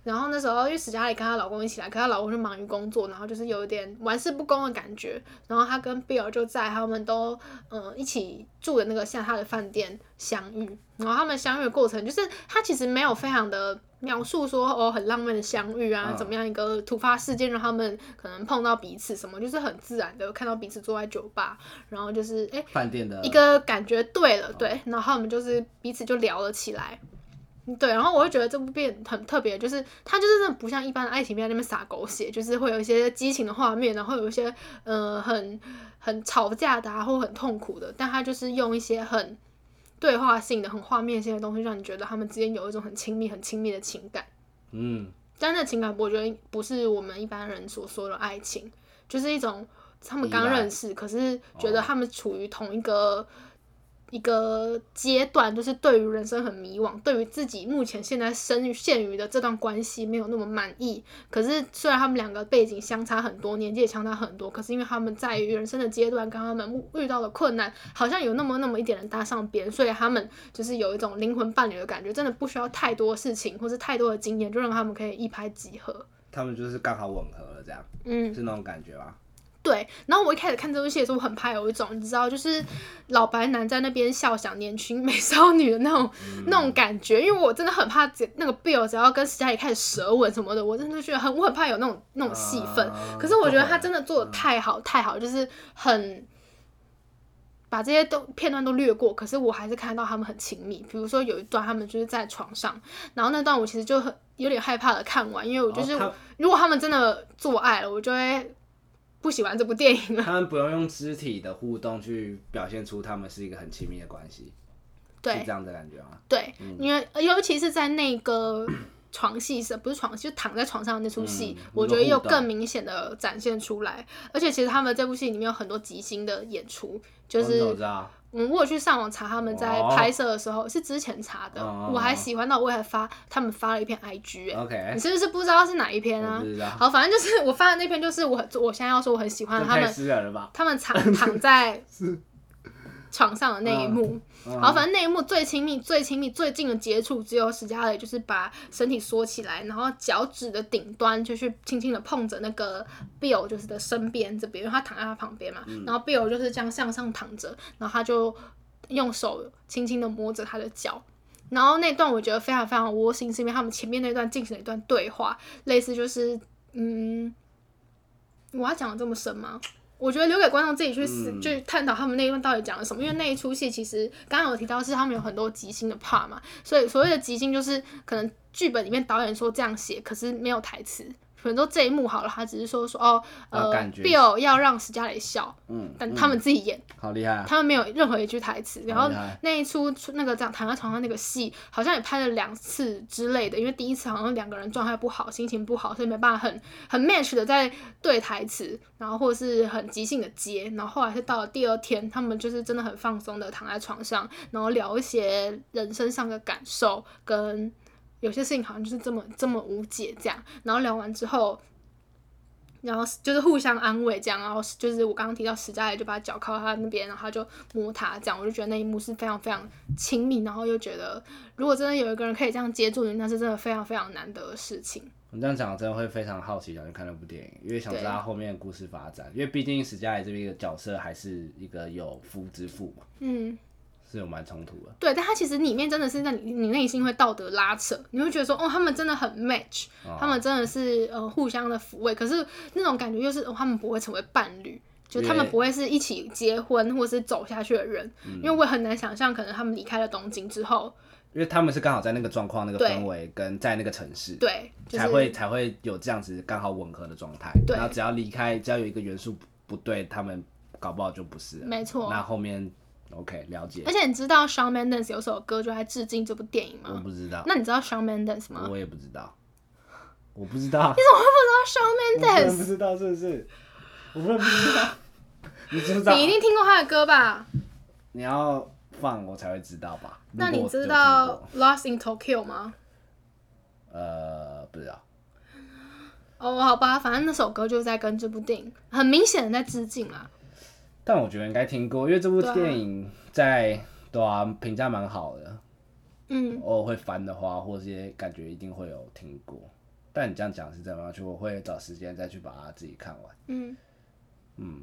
然后那时候因为史嘉蕾跟她老公一起来，可她老公就忙于工作，然后就是有一点玩世不恭的感觉。然后她跟 Bill 就在他们都嗯一起住的那个下榻的饭店相遇。然后他们相遇的过程，就是他其实没有非常的描述说哦很浪漫的相遇啊，嗯、怎么样一个突发事件让他们可能碰到彼此什么，就是很自然的看到彼此坐在酒吧，然后就是哎饭店的一个感觉对了，对，然后他们就是彼此就聊了起来。对，然后我会觉得这部片很特别，就是它就是真的不像一般的爱情片在那边撒狗血，就是会有一些激情的画面，然后有一些呃很很吵架的啊，或很痛苦的，但它就是用一些很对话性的、很画面性的东西，让你觉得他们之间有一种很亲密、很亲密的情感。嗯，但那情感我觉得不是我们一般人所说的爱情，就是一种他们刚认识，可是觉得他们处于同一个。一个阶段，就是对于人生很迷惘，对于自己目前现在身陷于的这段关系没有那么满意。可是虽然他们两个背景相差很多，年纪也相差很多，可是因为他们在于人生的阶段跟他们遇到的困难，好像有那么那么一点人搭上边，所以他们就是有一种灵魂伴侣的感觉，真的不需要太多事情或是太多的经验，就让他们可以一拍即合。 他们就是刚好吻合了，这样，嗯，是那种感觉吧。 对，然后我一开始看这部戏的时候，我很怕有一种你知道，就是老白男在那边笑想年轻美少女的那种、嗯、那种感觉，因为我真的很怕那个 Bill 只要跟史嘉蕾开始舌吻什么的，我真的觉得很我很怕有那种那种戏份、呃。可是我觉得他真的做的太好、嗯、太好，就是很把这些都片段都略过，可是我还是看到他们很亲密。比如说有一段他们就是在床上，然后那段我其实就很有点害怕的看完，因为我就是、哦、如果他们真的做爱了，我就会。不喜欢这部电影了。 他们不用用肢体的互动去表现出他们是一个很亲密的关系， 对， 是这样的感觉吗？ 对，嗯、因为尤其是在那个床戏是不是床戏，就躺在床上的那出戏、嗯，我觉得又更明显的展现出来。而且其实他们这部戏里面有很多即兴的演出，就是。 我知道嗯，我有去上网查他们在拍摄的时候， oh. 是之前查的， oh. 我还喜欢到我还发他们发了一篇 I G 哎、欸 okay. 你是不是不知道是哪一篇啊？ 我不知道。 好，反正就是我发的那篇，就是我我现在要说我很喜欢他们， 太私人了吧？ 他们躺躺在床上的那一幕。然后反正那一幕最亲密、最亲密、最近的接触，只有史嘉蕾就是把身体缩起来，然后脚趾的顶端就去轻轻的碰着那个 Bill 就是的身边这边，因为他躺在他旁边嘛、嗯，然后 Bill 就是这样向上躺着，然后他就用手轻轻的摸着他的脚。然后那段我觉得非常非常窝心，是因为他们前面那段进行了一段对话，类似就是嗯，我要讲的这么深吗？我觉得留给观众自己去思、嗯，去探讨他们那一段到底讲了什么。因为那一出戏其实刚刚有提到是他们有很多即兴的 part 嘛，所以所谓的即兴就是可能剧本里面导演说这样写，可是没有台词。比如说这一幕好了，他只是说说哦，呃 ，Bill 要让史嘉蕾笑，嗯，但他们自己演， 好厉害、啊， 他们没有任何一句台词。然后那一出那个这样躺在床上那个戏，好像也拍了两次之类的，因为第一次好像两个人状态不好，心情不好，所以没办法很很 match 的在对台词，然后或者是很即兴的接。然后后来是到了第二天，他们就是真的很放松的躺在床上，然后聊一些人生上的感受跟。有些事情好像就是这么这么无解这样，然后聊完之后，然后就是互相安慰这样，然后就是我刚刚提到史嘉蕾就把脚靠他那边，然后他就摸他这样，我就觉得那一幕是非常非常亲密，然后又觉得如果真的有一个人可以这样接住你，那是真的非常非常难得的事情。 你这样讲真的会非常好奇想去看那部电影，因为想知道后面的故事发展，因为毕竟史嘉蕾这边的角色还是一个有夫之妇嘛。嗯。是有蛮冲突的， 对，但他其实里面真的是让你你内心会道德拉扯，你会觉得说哦，他们真的很 match，、哦、他们真的是呃互相的抚慰，可是那种感觉又是、哦、他们不会成为伴侣，就他们不会是一起结婚或是走下去的人，嗯、因为我很难想象可能他们离开了东京之后， 因为他们是刚好在那个状况、那个氛围跟在那个城市， 对，就是、 才会才会有这样子刚好吻合的状态，然后只要离开，只要有一个元素不对，他们搞不好就不是了， 没错， 那后面。OK， 了解。 而且你知道 Shawn Mendes 有首歌就在致敬这部电影吗？ 我不知道。 那你知道 Shawn Mendes 吗？ 我也不知道。我不知道。 你怎么会不知道 Shawn Mendes？ 我不知道，是不是？我不知道。你知道？ 你一定听过他的歌吧？ 你要放我才会知道吧？ 那你知道 Lost in Tokyo 吗？ 呃，不知道。 哦，好吧，反正那首歌就是在跟这部电影很明显的在致敬啦。 但我觉得应该听过，因为这部电影在对啊评价蛮好的，嗯，偶尔会翻的话，或者感觉一定会有听过。 但你这样讲是真的吗？就我会找时间再去把它自己看完。嗯嗯。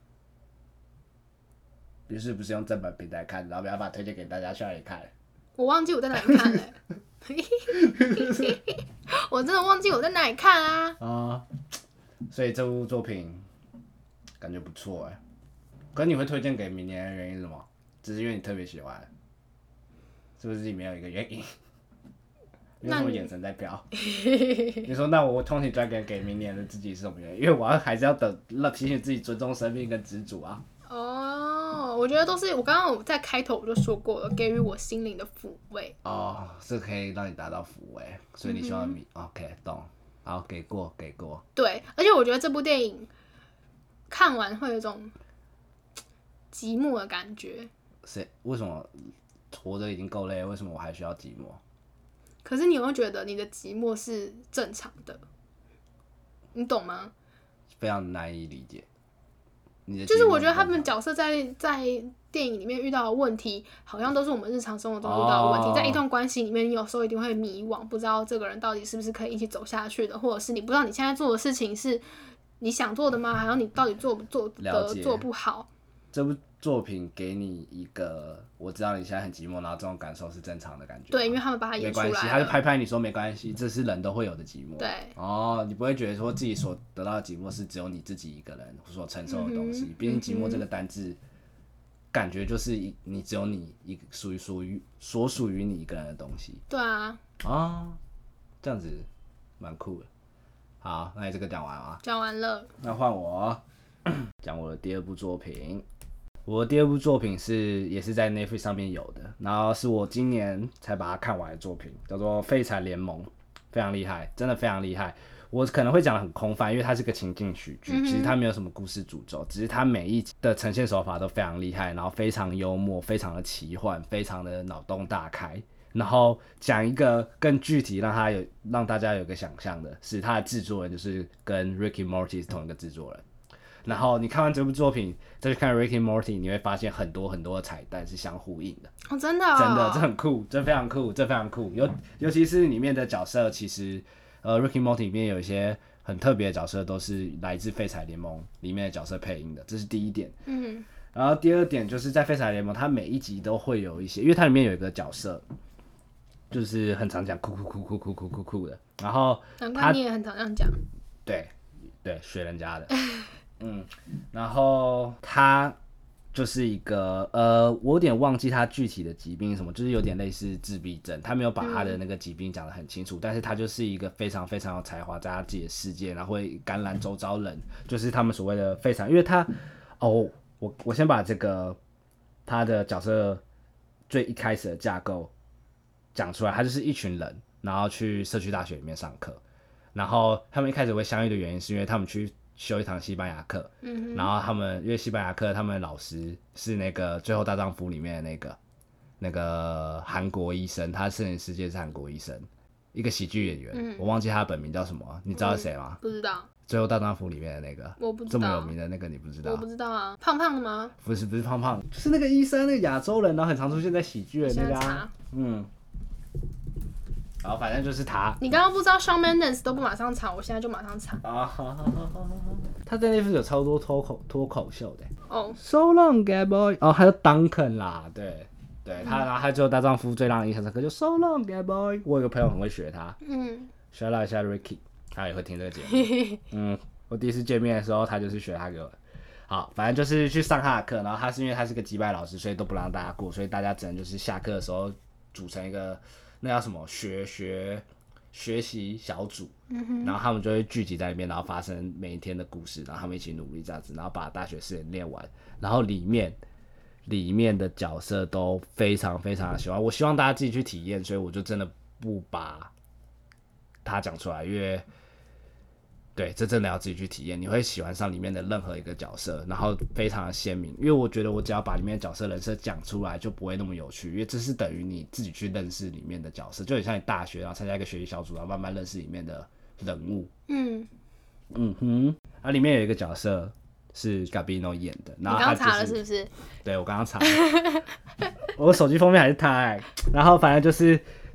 于是不是用正版平台看，然后不要把它推荐给大家去哪里看？ 我忘记我在哪里看了、欸，我真的忘记我在哪里看啊！ 啊、嗯，所以这部作品感觉不错哎。可是你会推荐给明年的原因是什么？只是因为你特别喜欢，是不是里面有一个原因？你有什么眼神在飘？你说那我通勤转给给明年的自己是什么原因？因为我要还是要等，提醒自己尊重生命跟知足啊。 哦，我觉得都是我刚刚在开头我就说过了，给予我心灵的抚慰。 哦，是可以让你达到抚慰，所以你希望你、嗯、OK 懂？好，给过给过。 对，而且我觉得这部电影看完会有一种寂寞的感觉。 是为什么活着已经够累，为什么我还需要寂寞？ 可是你会觉得你的寂寞是正常的，你懂吗？ 非常难以理解。 就是我觉得他们角色在在电影里面遇到的问题，好像都是我们日常生活中遇到的问题。哦、在一段关系里面，你有时候一定会迷惘，不知道这个人到底是不是可以一起走下去的，或者是你不知道你现在做的事情是你想做的吗？还有你到底做不做的做不好？ 这部作品给你一个，我知道你现在很寂寞，然后这种感受是正常的感觉。 对，因为他们把它演出来了， 没关系，他就拍拍你说没关系，这是人都会有的寂寞。 对， 哦，你不会觉得说自己所得到的寂寞是只有你自己一个人所承受的东西。毕竟寂寞这个单字，感觉就是你只有你一个属于属于所属于你一个人的东西。 对啊。 哦，这样子蛮酷的。好，那你这个讲完啊？ 讲完了。 那换我讲我的第二部作品。我的第二部作品是也是在 Netflix 上面有的，然后是我今年才把它看完的作品，叫做《废柴联盟》，非常厉害，真的非常厉害。我可能会讲得很空泛，因为它是个情境喜剧，其实它没有什么故事主轴，只是它每一集的呈现手法都非常厉害，然后非常幽默，非常的奇幻，非常的脑洞大开。然后讲一个更具体让他有让大家有个想象的是，他的制作人就是跟 Rick and Morty 是同一个制作人。然后你看完这部作品再去看 Rick and Morty， 你会发现很多很多的彩蛋是相呼应的。 哦，真的、哦， 真的，这很酷，这非常酷，这非常酷。尤尤其是里面的角色，其实呃 Rick and Morty 里面有一些很特别的角色，都是来自废柴联盟里面的角色配音的，这是第一点。嗯。然后第二点就是在废柴联盟，它每一集都会有一些，因为它里面有一个角色，就是很常讲酷酷酷酷酷酷酷酷的，然后难怪你也很常这样讲。 对对，学人家的。嗯，然后他就是一个呃，我有点忘记他具体的疾病是什么，就是有点类似自闭症，他没有把他的那个疾病讲得很清楚，嗯、但是他就是一个非常非常有才华，在他自己的世界，然后会感染周遭人，就是他们所谓的非常，因为他哦，我我先把这个他的角色最一开始的架构讲出来，他就是一群人，然后去社区大学里面上课，然后他们一开始会相遇的原因是因为他们去修一堂西班牙课，嗯、然后他们因为西班牙课，他们老师是那个《最后大丈夫》里面的那个那个韩国医生，他是世界是韩国医生，一个喜剧演员，嗯、我忘记他的本名叫什么，你知道是谁吗？ 不知道。《 最后大丈夫》里面的那个， 我不知道， 这么有名的那个你不知道？ 我不知道啊，胖胖的吗？ 不是不是胖胖，就是那个医生，那个亚洲人，然后很常出现在喜剧的那个、啊，嗯。然后反正就是他。 你刚刚不知道 Shawn Mendes 都不马上查，我现在就马上查。 啊，他在那边有超多脱口脱口秀的。 哦、oh. ，So long, gay boy。哦，还有 Duncan 啦，对对，他然后他最后大丈夫最让人印象深刻就 So long, gay boy。我有个朋友很会學他，嗯 ，shout out 一下 Ricky， 他也會聽這個節目。嗯，我第一次見面的時候，他就是學他給我。好，反正就是去上他的課，然後他是因為他是個擊敗老師，所以都不讓大家過，所以大家只能就是下課的時候組成一個。那叫什麼學學學習小組、嗯，然後他們就會聚集在裡面，然後發生每一天的故事，然後他們一起努力這樣子，然後把大學四年練完，然後裡面裡面的角色都非常非常的喜歡，我希望大家自己去體驗，所以我就真的不把它講出來，因為對，這真的要自己去體驗，你會喜歡上裡面的任何一個角色，然後非常的鮮明，因為我覺得我只要把裡面的角色人設講出來，就不會那麼有趣，因為這是等於你自己去認識裡面的角色，就很像你大學然後參加一個學習小組，然後慢慢認識裡面的人物。嗯嗯哼，啊，裡面有一個角色是 Gabino 演的，然後他、就是、 你剛查了是不是？ 對，我剛剛查了，我手機封面還是他、欸，然後反正就是。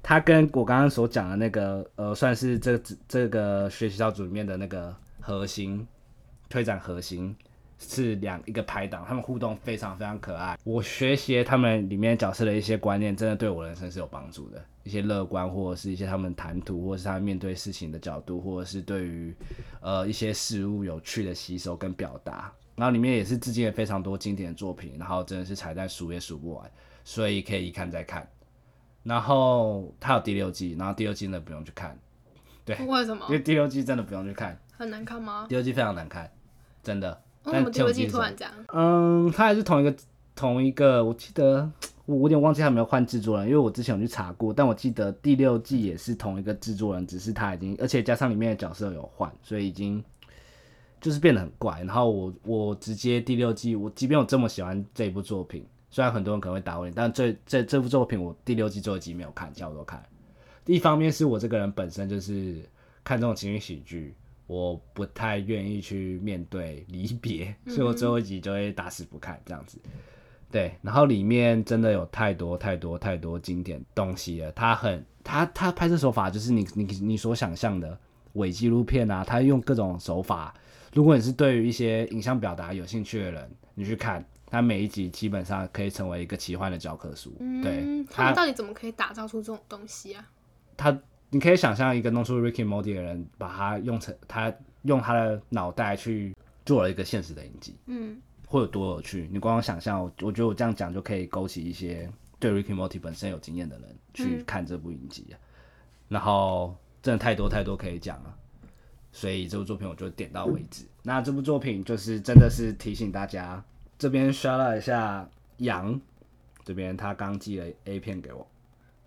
他跟我刚刚所讲的那个呃，算是这这个学习小组里面的那个核心推展核心是两一个拍档，他们互动非常非常可爱。我学习他们里面角色的一些观念，真的对我人生是有帮助的。一些乐观，或者是一些他们谈吐，或者是他们面对事情的角度，或者是对于呃一些事物有趣的吸收跟表达。然后里面也是致敬了非常多经典的作品，然后真的是彩蛋数也数不完，所以可以一看再看。然后它有第六季，然后第六季真的不用去看，对， 为什么？ 因为第六季真的不用去看， 很难看吗？ 第六季非常难看，真的。 为什么第六季突然这样？ 嗯，它还是同一个同一个，我记得我有点忘记他有没有换制作人，因为我之前有去查过，但我记得第六季也是同一个制作人，只是他已经，而且加上里面的角色有换，所以已经就是变得很怪。然后我我直接第六季，我即便我这么喜欢这一部作品。虽然很多人可能会打我脸，但这这这部作品我第六季最后一集没有看，其他我都看。一方面是我这个人本身就是看这种情绪喜剧，我不太愿意去面对离别，所以我最后一集就会打死不看这样子。对，然后里面真的有太多太多太多经典东西了。他很他他拍摄手法就是你你你所想象的伪纪录片啊，他用各种手法。如果你是对于一些影像表达有兴趣的人，你去看。它每一集基本上可以成为一个奇幻的教科书。嗯，对， 他们到底怎么可以打造出这种东西啊？ 他，你可以想象一个弄出 Rick and Morty 的人，把它用成他用他的脑袋去做了一个现实的影集，嗯，会有多有趣？你光想象，我觉得我这样讲就可以勾起一些对 Rick and Morty 本身有经验的人去看这部影集、嗯、然后真的太多太多可以讲了，所以这部作品我就点到为止。那这部作品就是真的是提醒大家。这边 shout out 一下杨，这边他刚寄了 A 片给我，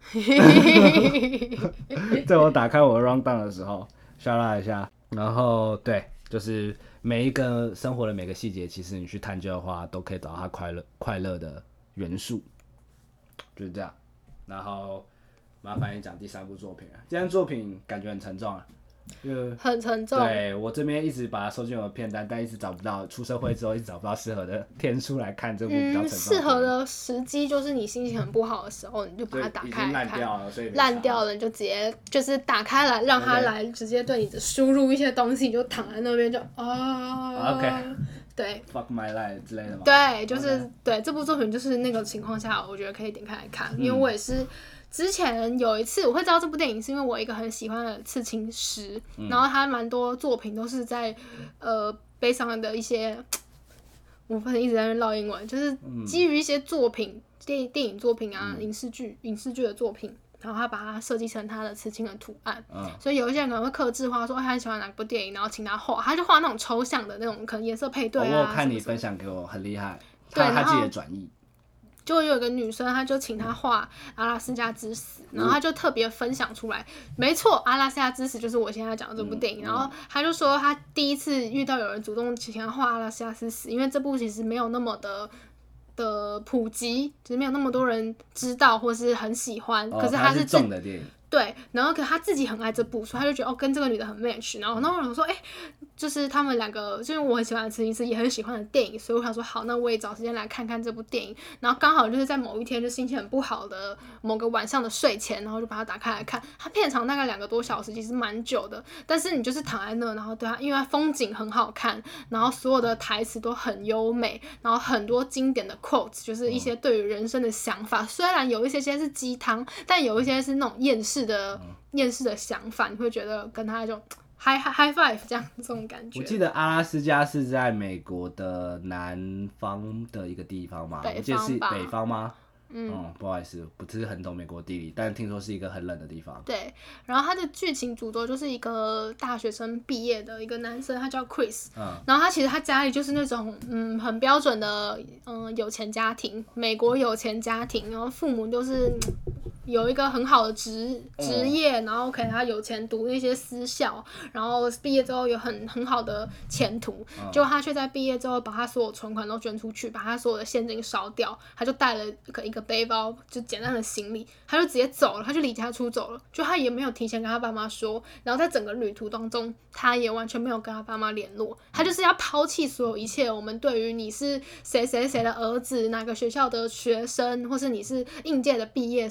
在我打开我的 rundown 的时候 shout out 一下，然后对，就是每一个生活的每个细节，其实你去探究的话，都可以找到它快乐快乐的元素，就是这样。然后麻烦你讲第三部作品了，这部作品感觉很沉重啊。 很沉重。 对，我这边一直把它收进我的片单，但一直找不到。出社会之后，一直找不到适合的天书来看这部比较沉重的。 适、嗯、合的时机就是你心情很不好的时候，你就把它打开来看。 烂掉了，所以烂掉了，你就直接就是打开来，让它来直接对你输入一些东西，你就躺在那边就啊。 OK。 对 ，Fuck my life 之类的吗？ 对，就是、okay. 对这部作品就是那个情况下，我觉得可以点开来看，嗯、因为我也是。之前有一次我会知道这部电影，是因为我一个很喜欢的刺青师，嗯、然后他蛮多作品都是在呃悲伤的一些，我发现一直在那边唠英文，就是基于一些作品、电电影作品啊、嗯、影视剧、影视剧的作品，然后他把它设计成他的刺青的图案，嗯、所以有一些人可能会客制化说，他很喜欢哪部电影，然后请他画，他就画那种抽象的那种，可能颜色配对啊。 哦、我有看你分享给我，很厉害，他他自己的转译。 就有一个女生，她就请他画阿拉斯加之死，然后她就特别分享出来，没错，阿拉斯加之死就是我现在讲的这部电影。嗯嗯、然后她就说，她第一次遇到有人主动请她画阿拉斯加之死，因为这部其实没有那么的的普及，就是没有那么多人知道或是很喜欢。 哦、 可是她是重的电影。 对，然后可他自己很爱这部，所以他就觉得哦，跟这个女的很 match。然后那我想说，哎、欸，就是他们两个，就是我很喜欢的刺青师，也很喜欢的电影，所以我想说，好，那我也找时间来看看这部电影。然后刚好就是在某一天，就心情很不好的某个晚上的睡前，然后就把它打开来看。它片长大概两个多小时，其实蛮久的。但是你就是躺在那，然后对它，因为它风景很好看，然后所有的台词都很优美，然后很多经典的 quotes， 就是一些对于人生的想法。虽然有一些些是鸡汤，但有一些是那种厌世的厌世的想法，你会觉得跟他一种 high high five 这样这种感觉。 我记得阿拉斯加是在美国的南方的一个地方嘛， 北方吧？我记得是北方吗？ 嗯, 嗯，不好意思，不是很懂美国地理，但听说是一个很冷的地方。 对，然后他的剧情主轴就是一个大学生毕业的一个男生，他叫 Chris，嗯，然后他其实他家里就是那种嗯很标准的嗯有钱家庭，美国有钱家庭，然后父母都是。有一个很好的职职业，然后给他有钱读那些私校，然后毕业之后有很很好的前途，结果他却在毕业之后把他所有存款都捐出去，把他所有的现金烧掉，他就带了一个一个背包，就简单的行李，他就直接走了，他就离家出走了，就他也没有提前跟他爸妈说，然后在整个旅途当中，他也完全没有跟他爸妈联络，他就是要抛弃所有一切，我们对于你是谁谁谁的儿子，哪个学校的学生，或是你是应届的毕业生，任何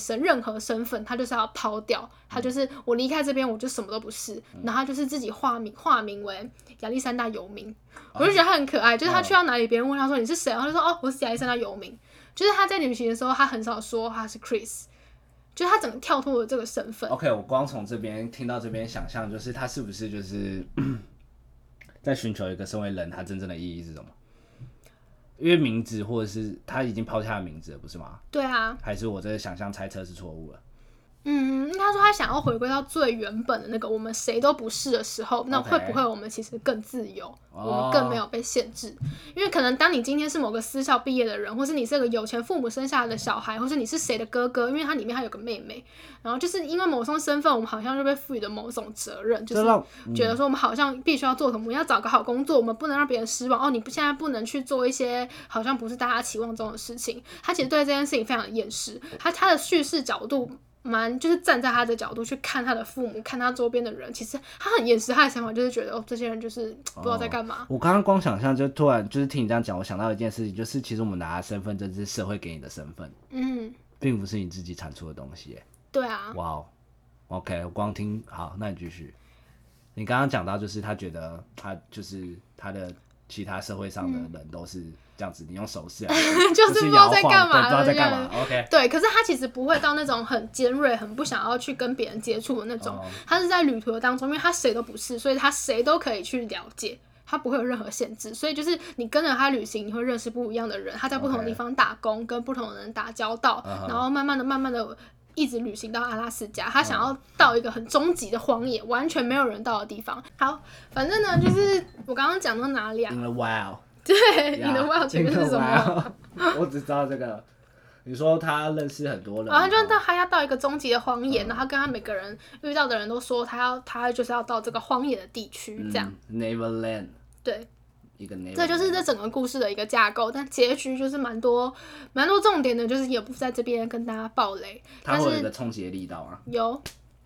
何身份，他就是要抛掉，他就是我离开这边我就什么都不是，嗯、然后他就是自己化名化名为亚历山大游民，我就觉得他很可爱，就是他去到哪里别人问他说你是谁，他就说哦我是亚历山大游民，就是他在旅行的时候他很少说他是 Chris。就是他整个跳脱了这个身份。 OK， 我光从这边听到这边想象，就是他是不是就是在寻求一个身为人他真正的意义是什么？因为名字或者是他已经抛下了名字了，不是吗？ 对啊。 还是我这个想象猜测是错误了？ 嗯，应该说他想要回归到最原本的那个我们谁都不是的时候，那会不会我们其实更自由，okay. 我们更没有被限制？因为可能当你今天是某个私校毕业的人，或是你是个有钱父母生下来的小孩，或是你是谁的哥哥，因为他里面还有个妹妹，然后就是因为某种身份，我们好像就被赋予了某种责任，就是觉得说我们好像必须要做什么，我们要找个好工作，我们不能让别人失望哦。你现在不能去做一些好像不是大家期望中的事情。他其实对这件事情非常的厌世，他他的叙事角度。蛮就是站在他的角度去看他的父母，看他周边的人，其实他很厌世，他的想法就是觉得哦，这些人就是不知道在干嘛。 哦、我刚刚光想象就突然就是听你这样讲，我想到一件事情，就是其实我们拿的身份证是社会给你的身份，嗯，并不是你自己产出的东西耶。 对啊。 哇哦 ，OK， 我光听好，那你继续。你刚刚讲到就是他觉得他就是他的其他社会上的人都是。这样子，你用手势就是不知道在干嘛， 不知道在干嘛。OK， 对，可是他其实不会到那种很尖锐、很不想要去跟别人接触的那种。Oh. 他是在旅途的当中，因为他谁都不是，所以他谁都可以去了解，他不会有任何限制。所以就是你跟着他旅行，你会认识不一样的人，他在不同的地方打工， okay. 跟不同的人打交道， uh-huh. 然后慢慢的、慢慢的。一直旅行到阿拉斯加，他想要到一个很终极的荒野，完全没有人到的地方。好，反正呢，就是我刚刚讲到哪里啊 ？In the wild。 对，你的 wild 前面是什么？ 我只知道这个。你说他认识很多人， 然后就到他要到一个终极的荒野，嗯、然后他跟他每个人遇到的人都说他要他就是要到这个荒野的地区，这样。 嗯、Neverland。 对。 一个 Neverland。 这就是这整个故事的一个架构，但结局就是蛮多蛮多重点的，就是也不在这边跟大家爆雷。 他会有一个冲击的力道啊。 有。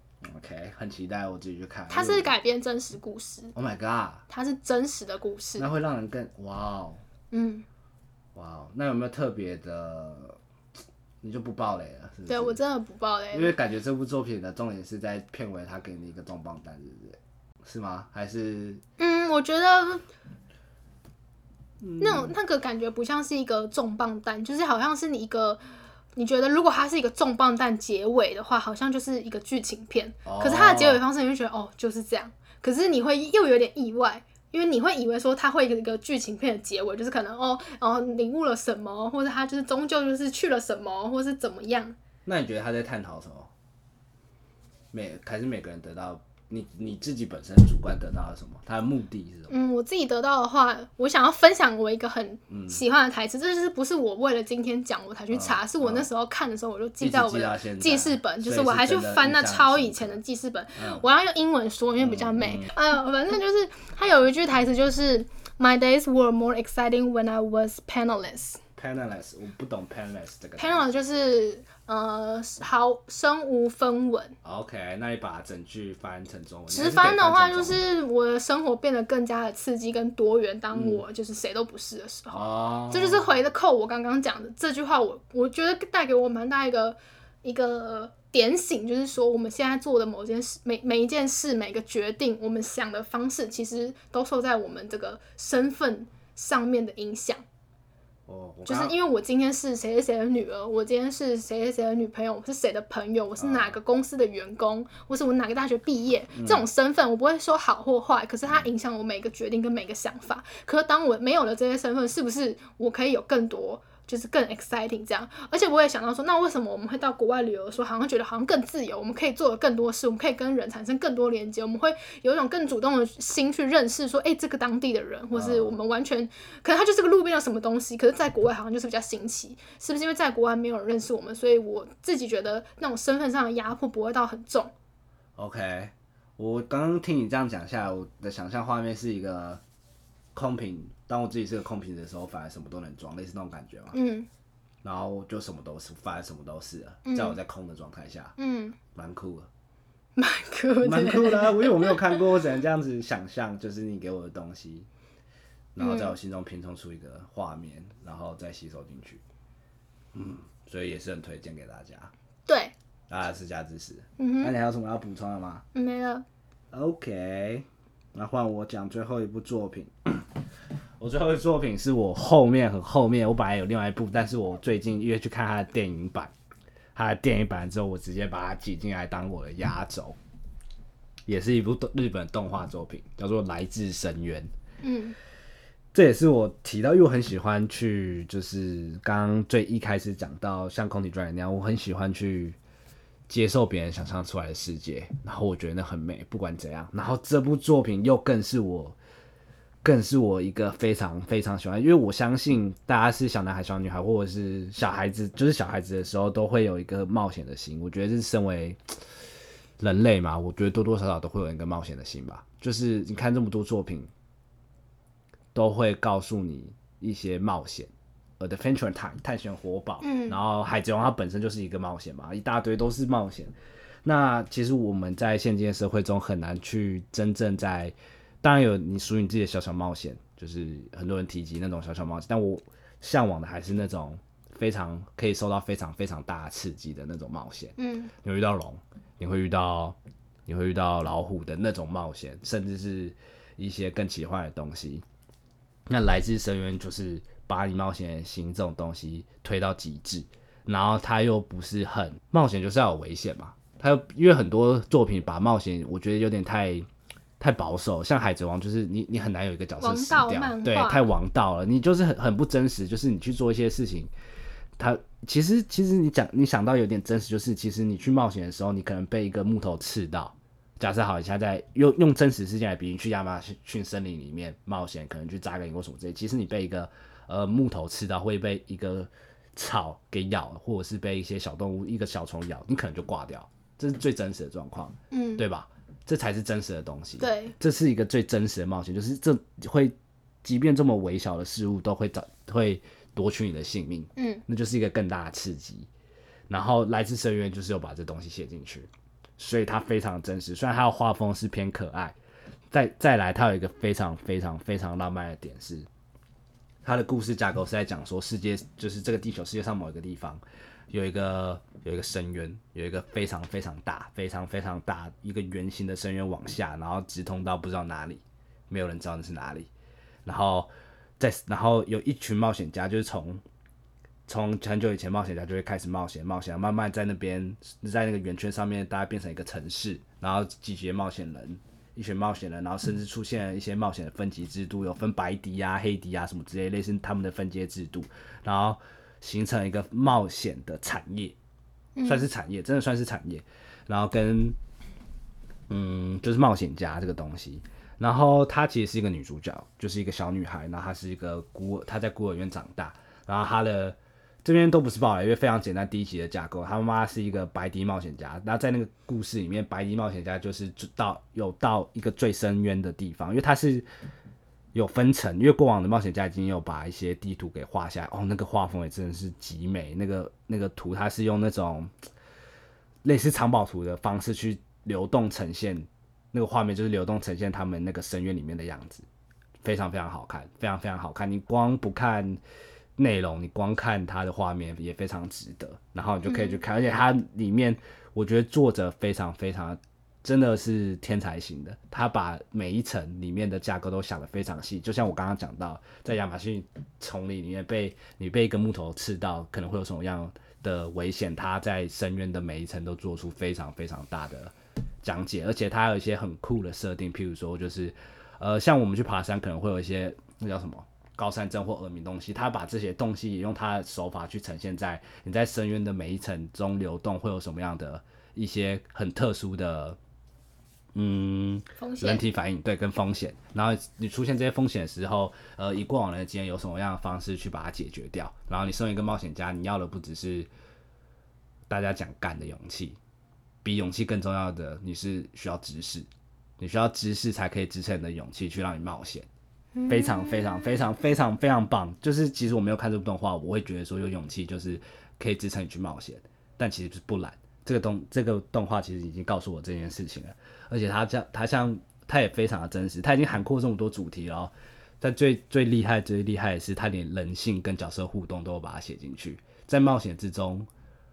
OK， 很期待我自己去看。 它是改编真实故事。 Oh my god！ 它是真实的故事。 那会让人更哇哦。嗯。哇哦，那有没有特别的？你就不爆雷了，是不是？ 对我真的不爆雷， 因为感觉这部作品的重点是在片尾，他给你一个重磅单，是不是？是吗？还是？ 嗯，我觉得。那种那个感觉不像是一个重磅弹，就是好像是你一个，你觉得如果它是一个重磅弹结尾的话，好像就是一个剧情片。Oh. 可是它的结尾方式，你会觉得哦就是这样，可是你会又有点意外，因为你会以为说它会有一个剧情片的结尾，就是可能哦哦领悟了什么，或者他就是终究就是去了什么，或是怎么样。 那你觉得他在探讨什么？每还是每个人得到。你你自己本身主观得到了什么？他的目的是什么？ 嗯，我自己得到的话，我想要分享我一个很喜欢的台词，嗯、这就是不是我为了今天讲我才去查，嗯、是我那时候看的时候我就记在我的记事本，就是我还去翻那超以前的记事本，嗯、我要用英文说，因为比较美。哎、嗯、呦，反正就是他有一句台词就是 "My days were more exciting when I was penniless." Penniless， 我不懂 penniless 这个。 Penniless 就是呃，毫身无分文。 OK， 那你把整句翻成中文。 直翻的话，就是我的生活变得更加的刺激跟多元。当我就是谁都不是的时候，嗯、这就是回的扣我刚刚讲的这句话我。我我觉得带给我蛮大一个一个点醒，就是说我们现在做的某件事、每每一件事、每个决定，我们想的方式，其实都受在我们这个身份上面的影响。就是因为我今天是谁谁谁的女儿，我今天是谁谁谁的女朋友，我是谁的朋友，我是哪个公司的员工，或是我哪个大学毕业，嗯、这种身份我不会说好或坏，可是它影响我每个决定跟每个想法。可是当我没有了这些身份，是不是我可以有更多？就是更 exciting 这样，而且我也想到说，那为什么我们会到国外旅游的时候，好像觉得好像更自由，我们可以做的更多事，我们可以跟人产生更多连接，我们会有一种更主动的心去认识说，哎、欸，这个当地的人，或是我们完全可能他就是个路边的什么东西，可是在国外好像就是比较新奇，是不是因为在国外没有人认识我们，所以我自己觉得那种身份上的压迫不会到很重。 OK， 我刚刚听你这样讲下来，我的想象画面是一个空瓶。当我自己是个空瓶子的时候，反而什么都能装，类似那种感觉嘛。嗯。然后就什么都是，反而什么都是了，嗯、在我在空的状态下，嗯，蛮酷的， 蛮酷的， 蛮酷的、啊。因为我没有看过，我只能这样子想象，就是你给我的东西，然后在我心中拼凑出一个画面，然后再吸收进去。嗯，所以也是很推荐给大家。 对。 啊，私家知识。 嗯哼， 那你还有什么要补充的吗？ 没了。 OK，那换我讲最后一部作品。我最后一部作品是我后面很后面，我本来有另外一部，但是我最近因为去看他的电影版，他的电影版之后，我直接把它挤进来当我的压轴，也是一部日本动画作品，叫做《来自深渊》。 嗯， 这也是我提到，因为我很喜欢去，就是刚刚最一开始讲到像空体专业那样，我很喜欢去接受别人想象出来的世界，然后我觉得那很美，不管怎样。然后这部作品又更是我，更是我一个非常非常喜欢，因为我相信大家是小男孩、小女孩，或者是小孩子，就是小孩子的时候，都会有一个冒险的心。我觉得是身为人类嘛，我觉得多多少少都会有一个冒险的心吧。就是你看这么多作品，都会告诉你一些冒险。Adventure Time 探险活宝，嗯，然后海贼王它本身就是一个冒险嘛，一大堆都是冒险。那其实我们在现今的社会中很难去真正在，当然有你属于你自己的小小冒险，就是很多人提及那种小小冒险，但我向往的还是那种非常可以受到非常非常大的刺激的那种冒险。嗯，你会遇到龙，你会遇到你会遇到老虎的那种冒险，甚至是一些更奇幻的东西。那来自深渊就是把你冒险的心这种东西推到极致，然后它又不是很冒险，就是要有危险嘛。它又因为很多作品把冒险，我觉得有点太太保守，像海贼王就是你你很难有一个角色死掉，对，太王道了，你就是很很不真实，就是你去做一些事情，它其实其实你讲你想到有点真实，就是其实你去冒险的时候，你可能被一个木头刺到。假设好，你现在在用用真实事件来比喻，去亚马逊森林里面冒险，可能去扎个营或什么之类，其实你被一个呃木头刺到，会被一个草给咬，或者是被一些小动物一个小虫咬，你可能就挂掉，这是最真实的状况，嗯，对吧？这才是真实的东西， 对， 这是一个最真实的冒险，就是这会，即便这么微小的事物都会找会夺取你的性命，嗯，那就是一个更大的刺激。然后来自深渊就是有把这东西写进去。所以它非常真实，虽然它的画风是偏可爱，再再来它有一个非常非常非常浪漫的点是，它的故事架构是在讲说世界就是这个地球世界上某一个地方有一个有一个深渊，有一个非常非常大非常非常大一个圆形的深渊往下，然后直通到不知道哪里，没有人知道那是哪里，然后在然后有一群冒险家就是从。从很久以前，冒险家就会开始冒险，冒险，慢慢在那边，在那个圆圈上面，大家变成一个城市，然后集结冒险人，一群冒险人，然后甚至出现了一些冒险的分级制度，有分白敌啊、黑敌啊什么之类，类似他们的分阶制度，然后形成一个冒险的产业，算是产业，真的算是产业。然后跟，嗯，就是冒险家这个东西。然后她其实是一个女主角，就是一个小女孩，然后她是一个孤儿，她在孤儿院长大，然后她的。这边都不是爆雷，因为非常简单。第一集的架构，他妈妈是一个白笛冒险家，那在那个故事里面，白笛冒险家就是到有到一个最深渊的地方，因为他是有分层，因为过往的冒险家已经有把一些地图给画下来，哦，那个画风也真的是极美，那个那个图它是用那种类似藏宝图的方式去流动呈现那个画面，就是流动呈现他们那个深渊里面的样子，非常非常好看，非常非常好看。你光不看。内容你光看它的画面也非常值得，然后你就可以去看，嗯、而且它里面我觉得作者非常非常真的是天才型的，他把每一层里面的架构都想得非常细，就像我刚刚讲到，在亚马逊丛林里面被你被一个木头刺到，可能会有什么样的危险，他在深渊的每一层都做出非常非常大的讲解，而且他有一些很酷的设定，譬如说就是呃，像我们去爬山可能会有一些那叫什么？高山症或耳鸣东西，他把这些东西也用他的手法去呈现在你在深渊的每一层中流动，会有什么样的一些很特殊的嗯人体反应，对，跟风险。然后你出现这些风险的时候，呃，以过往人的经验有什么样的方式去把它解决掉？然后你身为一个冒险家，你要的不只是大家讲干的勇气，比勇气更重要的，你是需要知识，你需要知识才可以支撑你的勇气去让你冒险。非常非常非常非常非常棒，就是其实我没有看这部动画，我会觉得说有勇气就是可以支撑你去冒险，但其实是不然。这个动这个动画其实已经告诉我这件事情了，而且它像它像它也非常的真实，它已经涵括这么多主题了。但最最厉害最厉害的是，它连人性跟角色互动都有把它写进去，在冒险之中，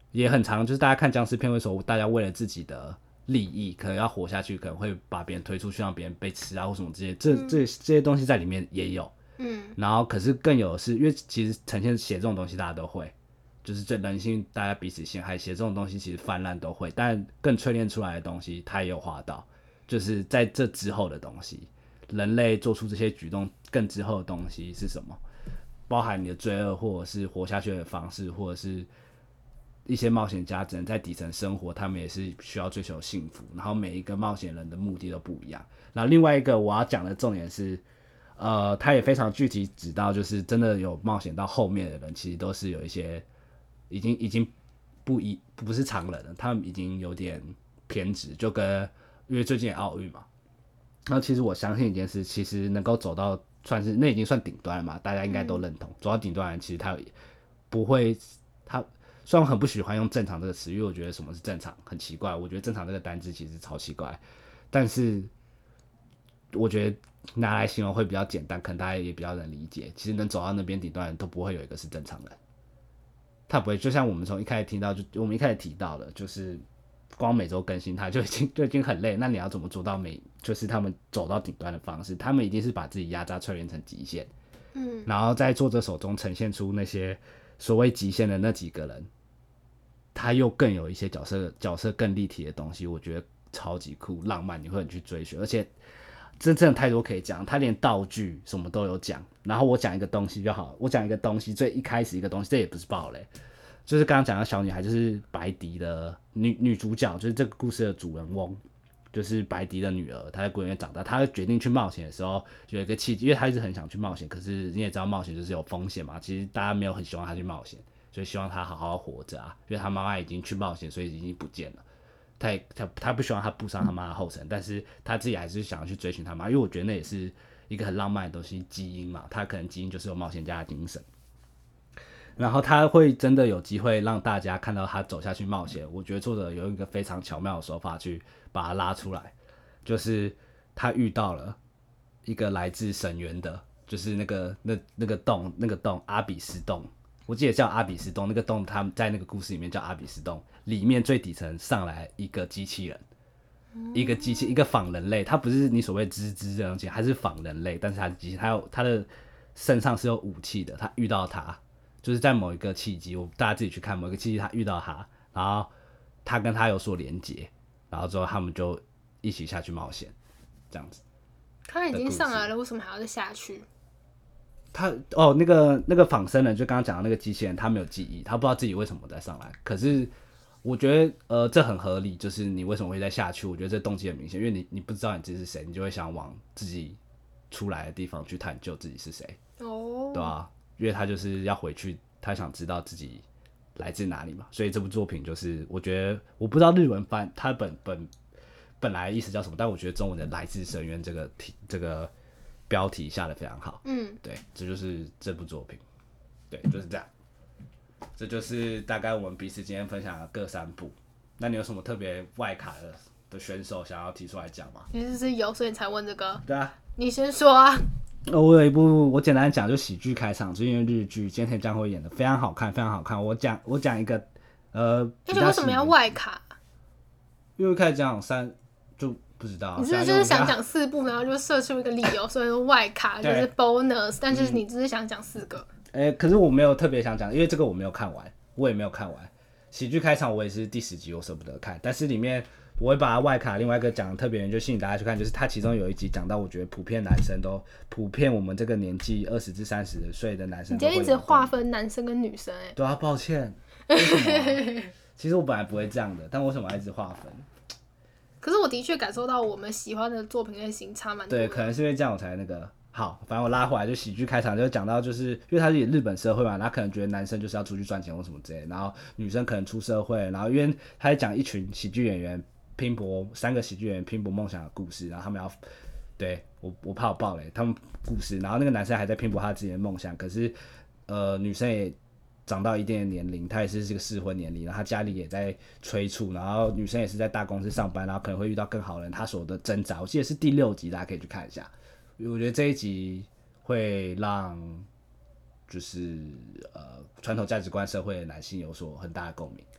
也很常，就是大家看僵尸片会说，大家为了自己的利益，可能要活下去，可能会把别人推出去，让别人被吃啊，或什么这些，这这这些东西在里面也有。嗯，然后可是更有的是，因为其实呈现写这种东西大家都会，就是最人性，大家彼此陷害，写这种东西其实泛滥都会，但更淬炼出来的东西，他也有画到，就是在这之后的东西，人类做出这些举动更之后的东西是什么？包含你的罪恶，或者是活下去的方式，或者是一些冒险家只能在底层生活，他们也是需要追求幸福。然后每一个冒险人的目的都不一样。然后另外一个我要讲的重点是，呃，他也非常具体指到，就是真的有冒险到后面的人，其实都是有一些已经已经不一不是常人了，他们已经有点偏执，就跟因为最近也奥运嘛。那其实我相信一件事，其实能够走到算是那已经算顶端了嘛，大家应该都认同。走到顶端的人，其实他不会，他虽然我很不喜欢用正常这个词，因为我觉得什么是正常很奇怪，我觉得正常这个单字其实超奇怪，但是我觉得拿来形容会比较简单，可能大家也比较能理解。其实能走到那边顶端的人都不会有一个是正常人，他不会就像我们从一开始听到，就我们一开始提到的，就是光每周更新它就已经就已经很累，那你要怎么做到每就是他们走到顶端的方式？他们一定是把自己压榨淬炼成极限，嗯，然后在作者手中呈现出那些所谓极限的那几个人，他又更有一些角色角色更立体的东西，我觉得超级酷浪漫，你会很去追寻，而且真正太多可以讲，他连道具什么都有讲。然后我讲一个东西就好，我讲一个东西，最一开始一个东西，这也不是爆雷。就是刚刚讲到小女孩，就是白迪的女女主角，就是这个故事的主人翁，就是白迪的女儿。她在孤儿院长大，她决定去冒险的时候，有一个契机，因为她一直很想去冒险，可是你也知道冒险就是有风险嘛。其实大家没有很希望她去冒险，所以希望她好好活着啊。因为她妈妈已经去冒险，所以已经不见了。她也她她不希望她步上她妈的后尘，但是她自己还是想要去追寻她妈，因为我觉得那也是一个很浪漫的东西，基因嘛。她可能基因就是有冒险家的精神。然后他会真的有机会让大家看到他走下去冒险，我觉得作者有一个非常巧妙的手法去把他拉出来，就是他遇到了一个来自神源的，就是那个那那个洞那个洞阿比斯洞，我记得叫阿比斯洞，那个洞他们在那个故事里面叫阿比斯洞，里面最底层上来一个机器人，一个机器一个仿人类，他不是你所谓吱吱的东西，还是仿人类，但是他的机器他有他的身上是有武器的，他遇到他。就是在某一个契机，我大家自己去看某一个契机，他遇到他，然后他跟他有所连结，然后之后他们就一起下去冒险，这样子。 他已经上来了，为什么还要再下去？ 他哦，那个那个仿生人，就刚刚讲的那个机器人，他没有记忆，他不知道自己为什么再上来。可是我觉得呃，这很合理，就是你为什么会再下去？我觉得这动机很明显，因为你你不知道你自己是谁，你就会想往自己出来的地方去探究自己是谁，哦，对吧、啊？因为他就是要回去，他想知道自己来自哪里嘛，所以这部作品就是我觉得我不知道日文翻它本本本来意思叫什么，但我觉得中文的来自深渊这个题这个标题下得非常好，嗯，对，这就是这部作品，对，就是这样，这就是大概我们彼此今天分享的各三部。那你有什么特别外卡的的选手想要提出来讲吗？ 其实是有，所以你才问这个。 对啊， 你先说啊。 我有一部，我简单讲，就喜剧开场，最近的日剧，菅田将晖演的，非常好看，非常好看。我讲，我讲一个，呃， 而且为什么要外卡？ 因为开始讲三，就不知道。 你是不是就是想讲四部，然后就设出一个理由，所以说外卡就是 bonus， 但是你只是想讲四个。 哎、欸，可是我没有特别想讲，因为这个我没有看完，我也没有看完。喜剧开场我也是第十集，我舍不得看，但是里面。我会把它外卡另外一个讲的特别人，就吸引大家去看，就是它其中有一集讲到，我觉得普遍男生都普遍我们这个年纪二十至三十岁的男生， 你今天一直划分男生跟女生哎、欸， 对啊，抱歉，为什么、啊？其实我本来不会这样的，但为什么要一直划分？ 可是我的确感受到我们喜欢的作品类型差蛮多的。 对，可能是因为这样我才那个好，反正我拉回来就喜剧开场就讲到，就是因为他是日本社会嘛，他可能觉得男生就是要出去赚钱或什么之类的，然后女生可能出社会，然后因为他在讲一群喜剧演员。拼搏三个喜剧演员拼搏梦想的故事，然后他们要对我我怕我爆雷，他们故事，然后那个男生还在拼搏他自己的梦想，可是呃女生也长到一定的年龄，她也是这个适婚年龄，然后她家里也在催促，然后女生也是在大公司上班，然后可能会遇到更好的人，她所的挣扎，我记得是第六集，大家可以去看一下，我觉得这一集会让就是呃传统价值观社会的男性有所很大的共鸣。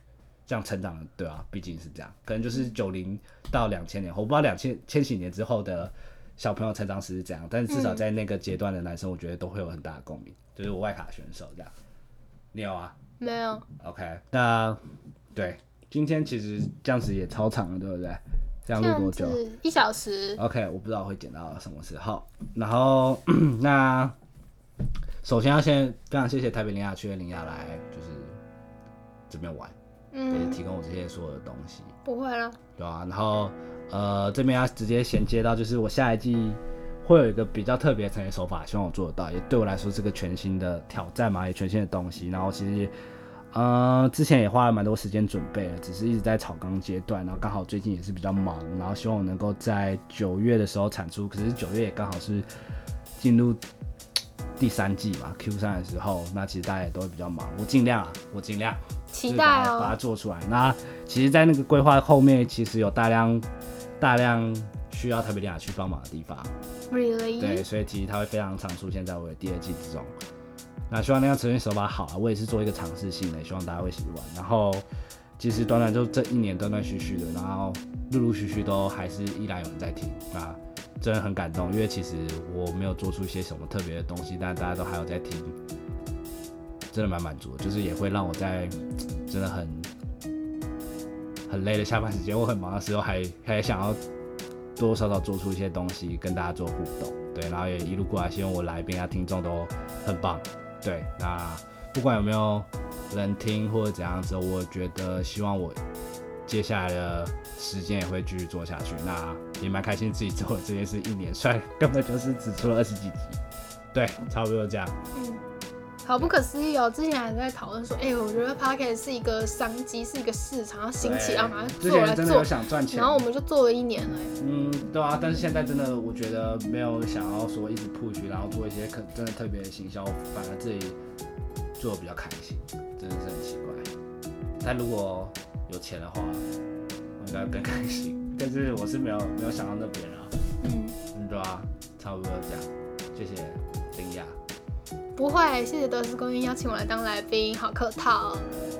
这样成长的，对啊，毕竟是这样，可能就是九零到两千年，我不知道两千千禧年之后的小朋友成长史是怎样，但是至少在那个阶段的男生，我觉得都会有很大的共鸣，就是我外卡选手这样。你有啊？ 没有。 OK， 那对，今天其实这样子也超长了，对不对？这样录多久？ 一小时。 OK， 我不知道会剪到什么时候。然后那首先要先非常谢谢台北林雅区的林雅来，就是这边玩，嗯，也提供我这些所有的东西。 不会啦。 对啊，然后呃这边要直接衔接到，就是我下一季会有一个比较特别的呈现手法，希望我做得到，也对我来说是个全新的挑战嘛，也全新的东西。然后其实呃之前也花了蛮多时间准备了，只是一直在草纲阶段，然后刚好最近也是比较忙，然后希望我能够在九月的时候产出，可是九月也刚好是进入第三季嘛 Q 三 的时候，那其实大家也都会比较忙，我尽量啊，我尽量期待哦， 把它做出来。那其实，在那个规划后面，其实有大量大量需要台北林雅区帮忙的地方。 Really？ 对，所以其实它会非常常出现在我的第二季之中。那希望那样呈现手法好啊，我也是做一个尝试性的，希望大家会喜欢。然后其实短短就这一年断断续续的，然后陆陆续续都还是依然有人在听啊，真的很感动。因为其实我没有做出一些什么特别的东西，但大家都还有在听，真的蛮满足的。就是也会让我在真的很很累的下班时间，我很忙的时候还还想要多多少少做出一些东西跟大家做互动。对，然后也一路过来，希望我来宾啊听众都很棒。对，那不管有没有人听或者怎样子，我觉得希望我接下来的时间也会继续做下去。那也蛮开心自己做了这件事一年，虽然根本就是只出了二十几集。对，差不多这样。 嗯，好不可思议哦！之前还在讨论说，哎、欸，我觉得 Podcast 是一个商机，是一个市场，要兴起，然后马上做来做。之前真的有想赚钱， 然后我们就做了一年了。 嗯，对啊，但是现在真的，我觉得没有想要说一直 push， 然后做一些可真的特别的行销，反而自己做的比较开心，真的是很奇怪。但如果有钱的话，我应该更开心。但是我是没有没有想到那边啊。嗯，对啊，差不多这样。谢谢林雅。 不会，谢谢德斯公寓邀请我来当来宾，好客套。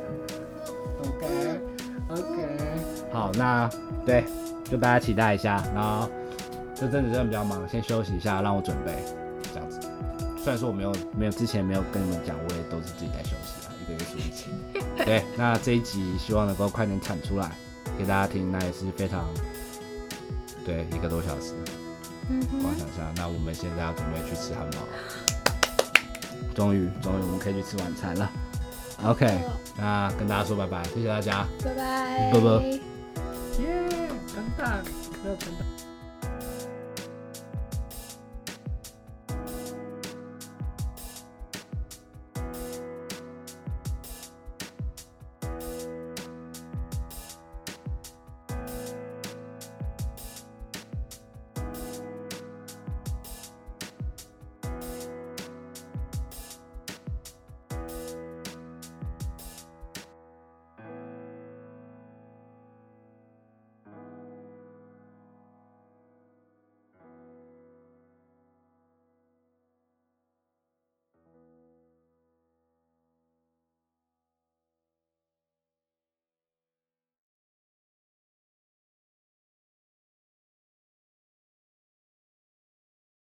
OK OK， 好，那对，就大家期待一下。然后这阵子真的比较忙，先休息一下，让我准备这样子。虽然说我没有没有之前没有跟你们讲，我也都是自己在休息啊，一个月数一次。对，那这一集希望能够快点产出来给大家听，那也是非常对一个多小时。嗯，光想象，那我们现在要准备去吃汉堡。终于，终于我们可以去吃晚餐了。OK， 那跟大家说拜拜，谢谢大家， 拜拜， 拜拜，耶，干蛋，没有干蛋。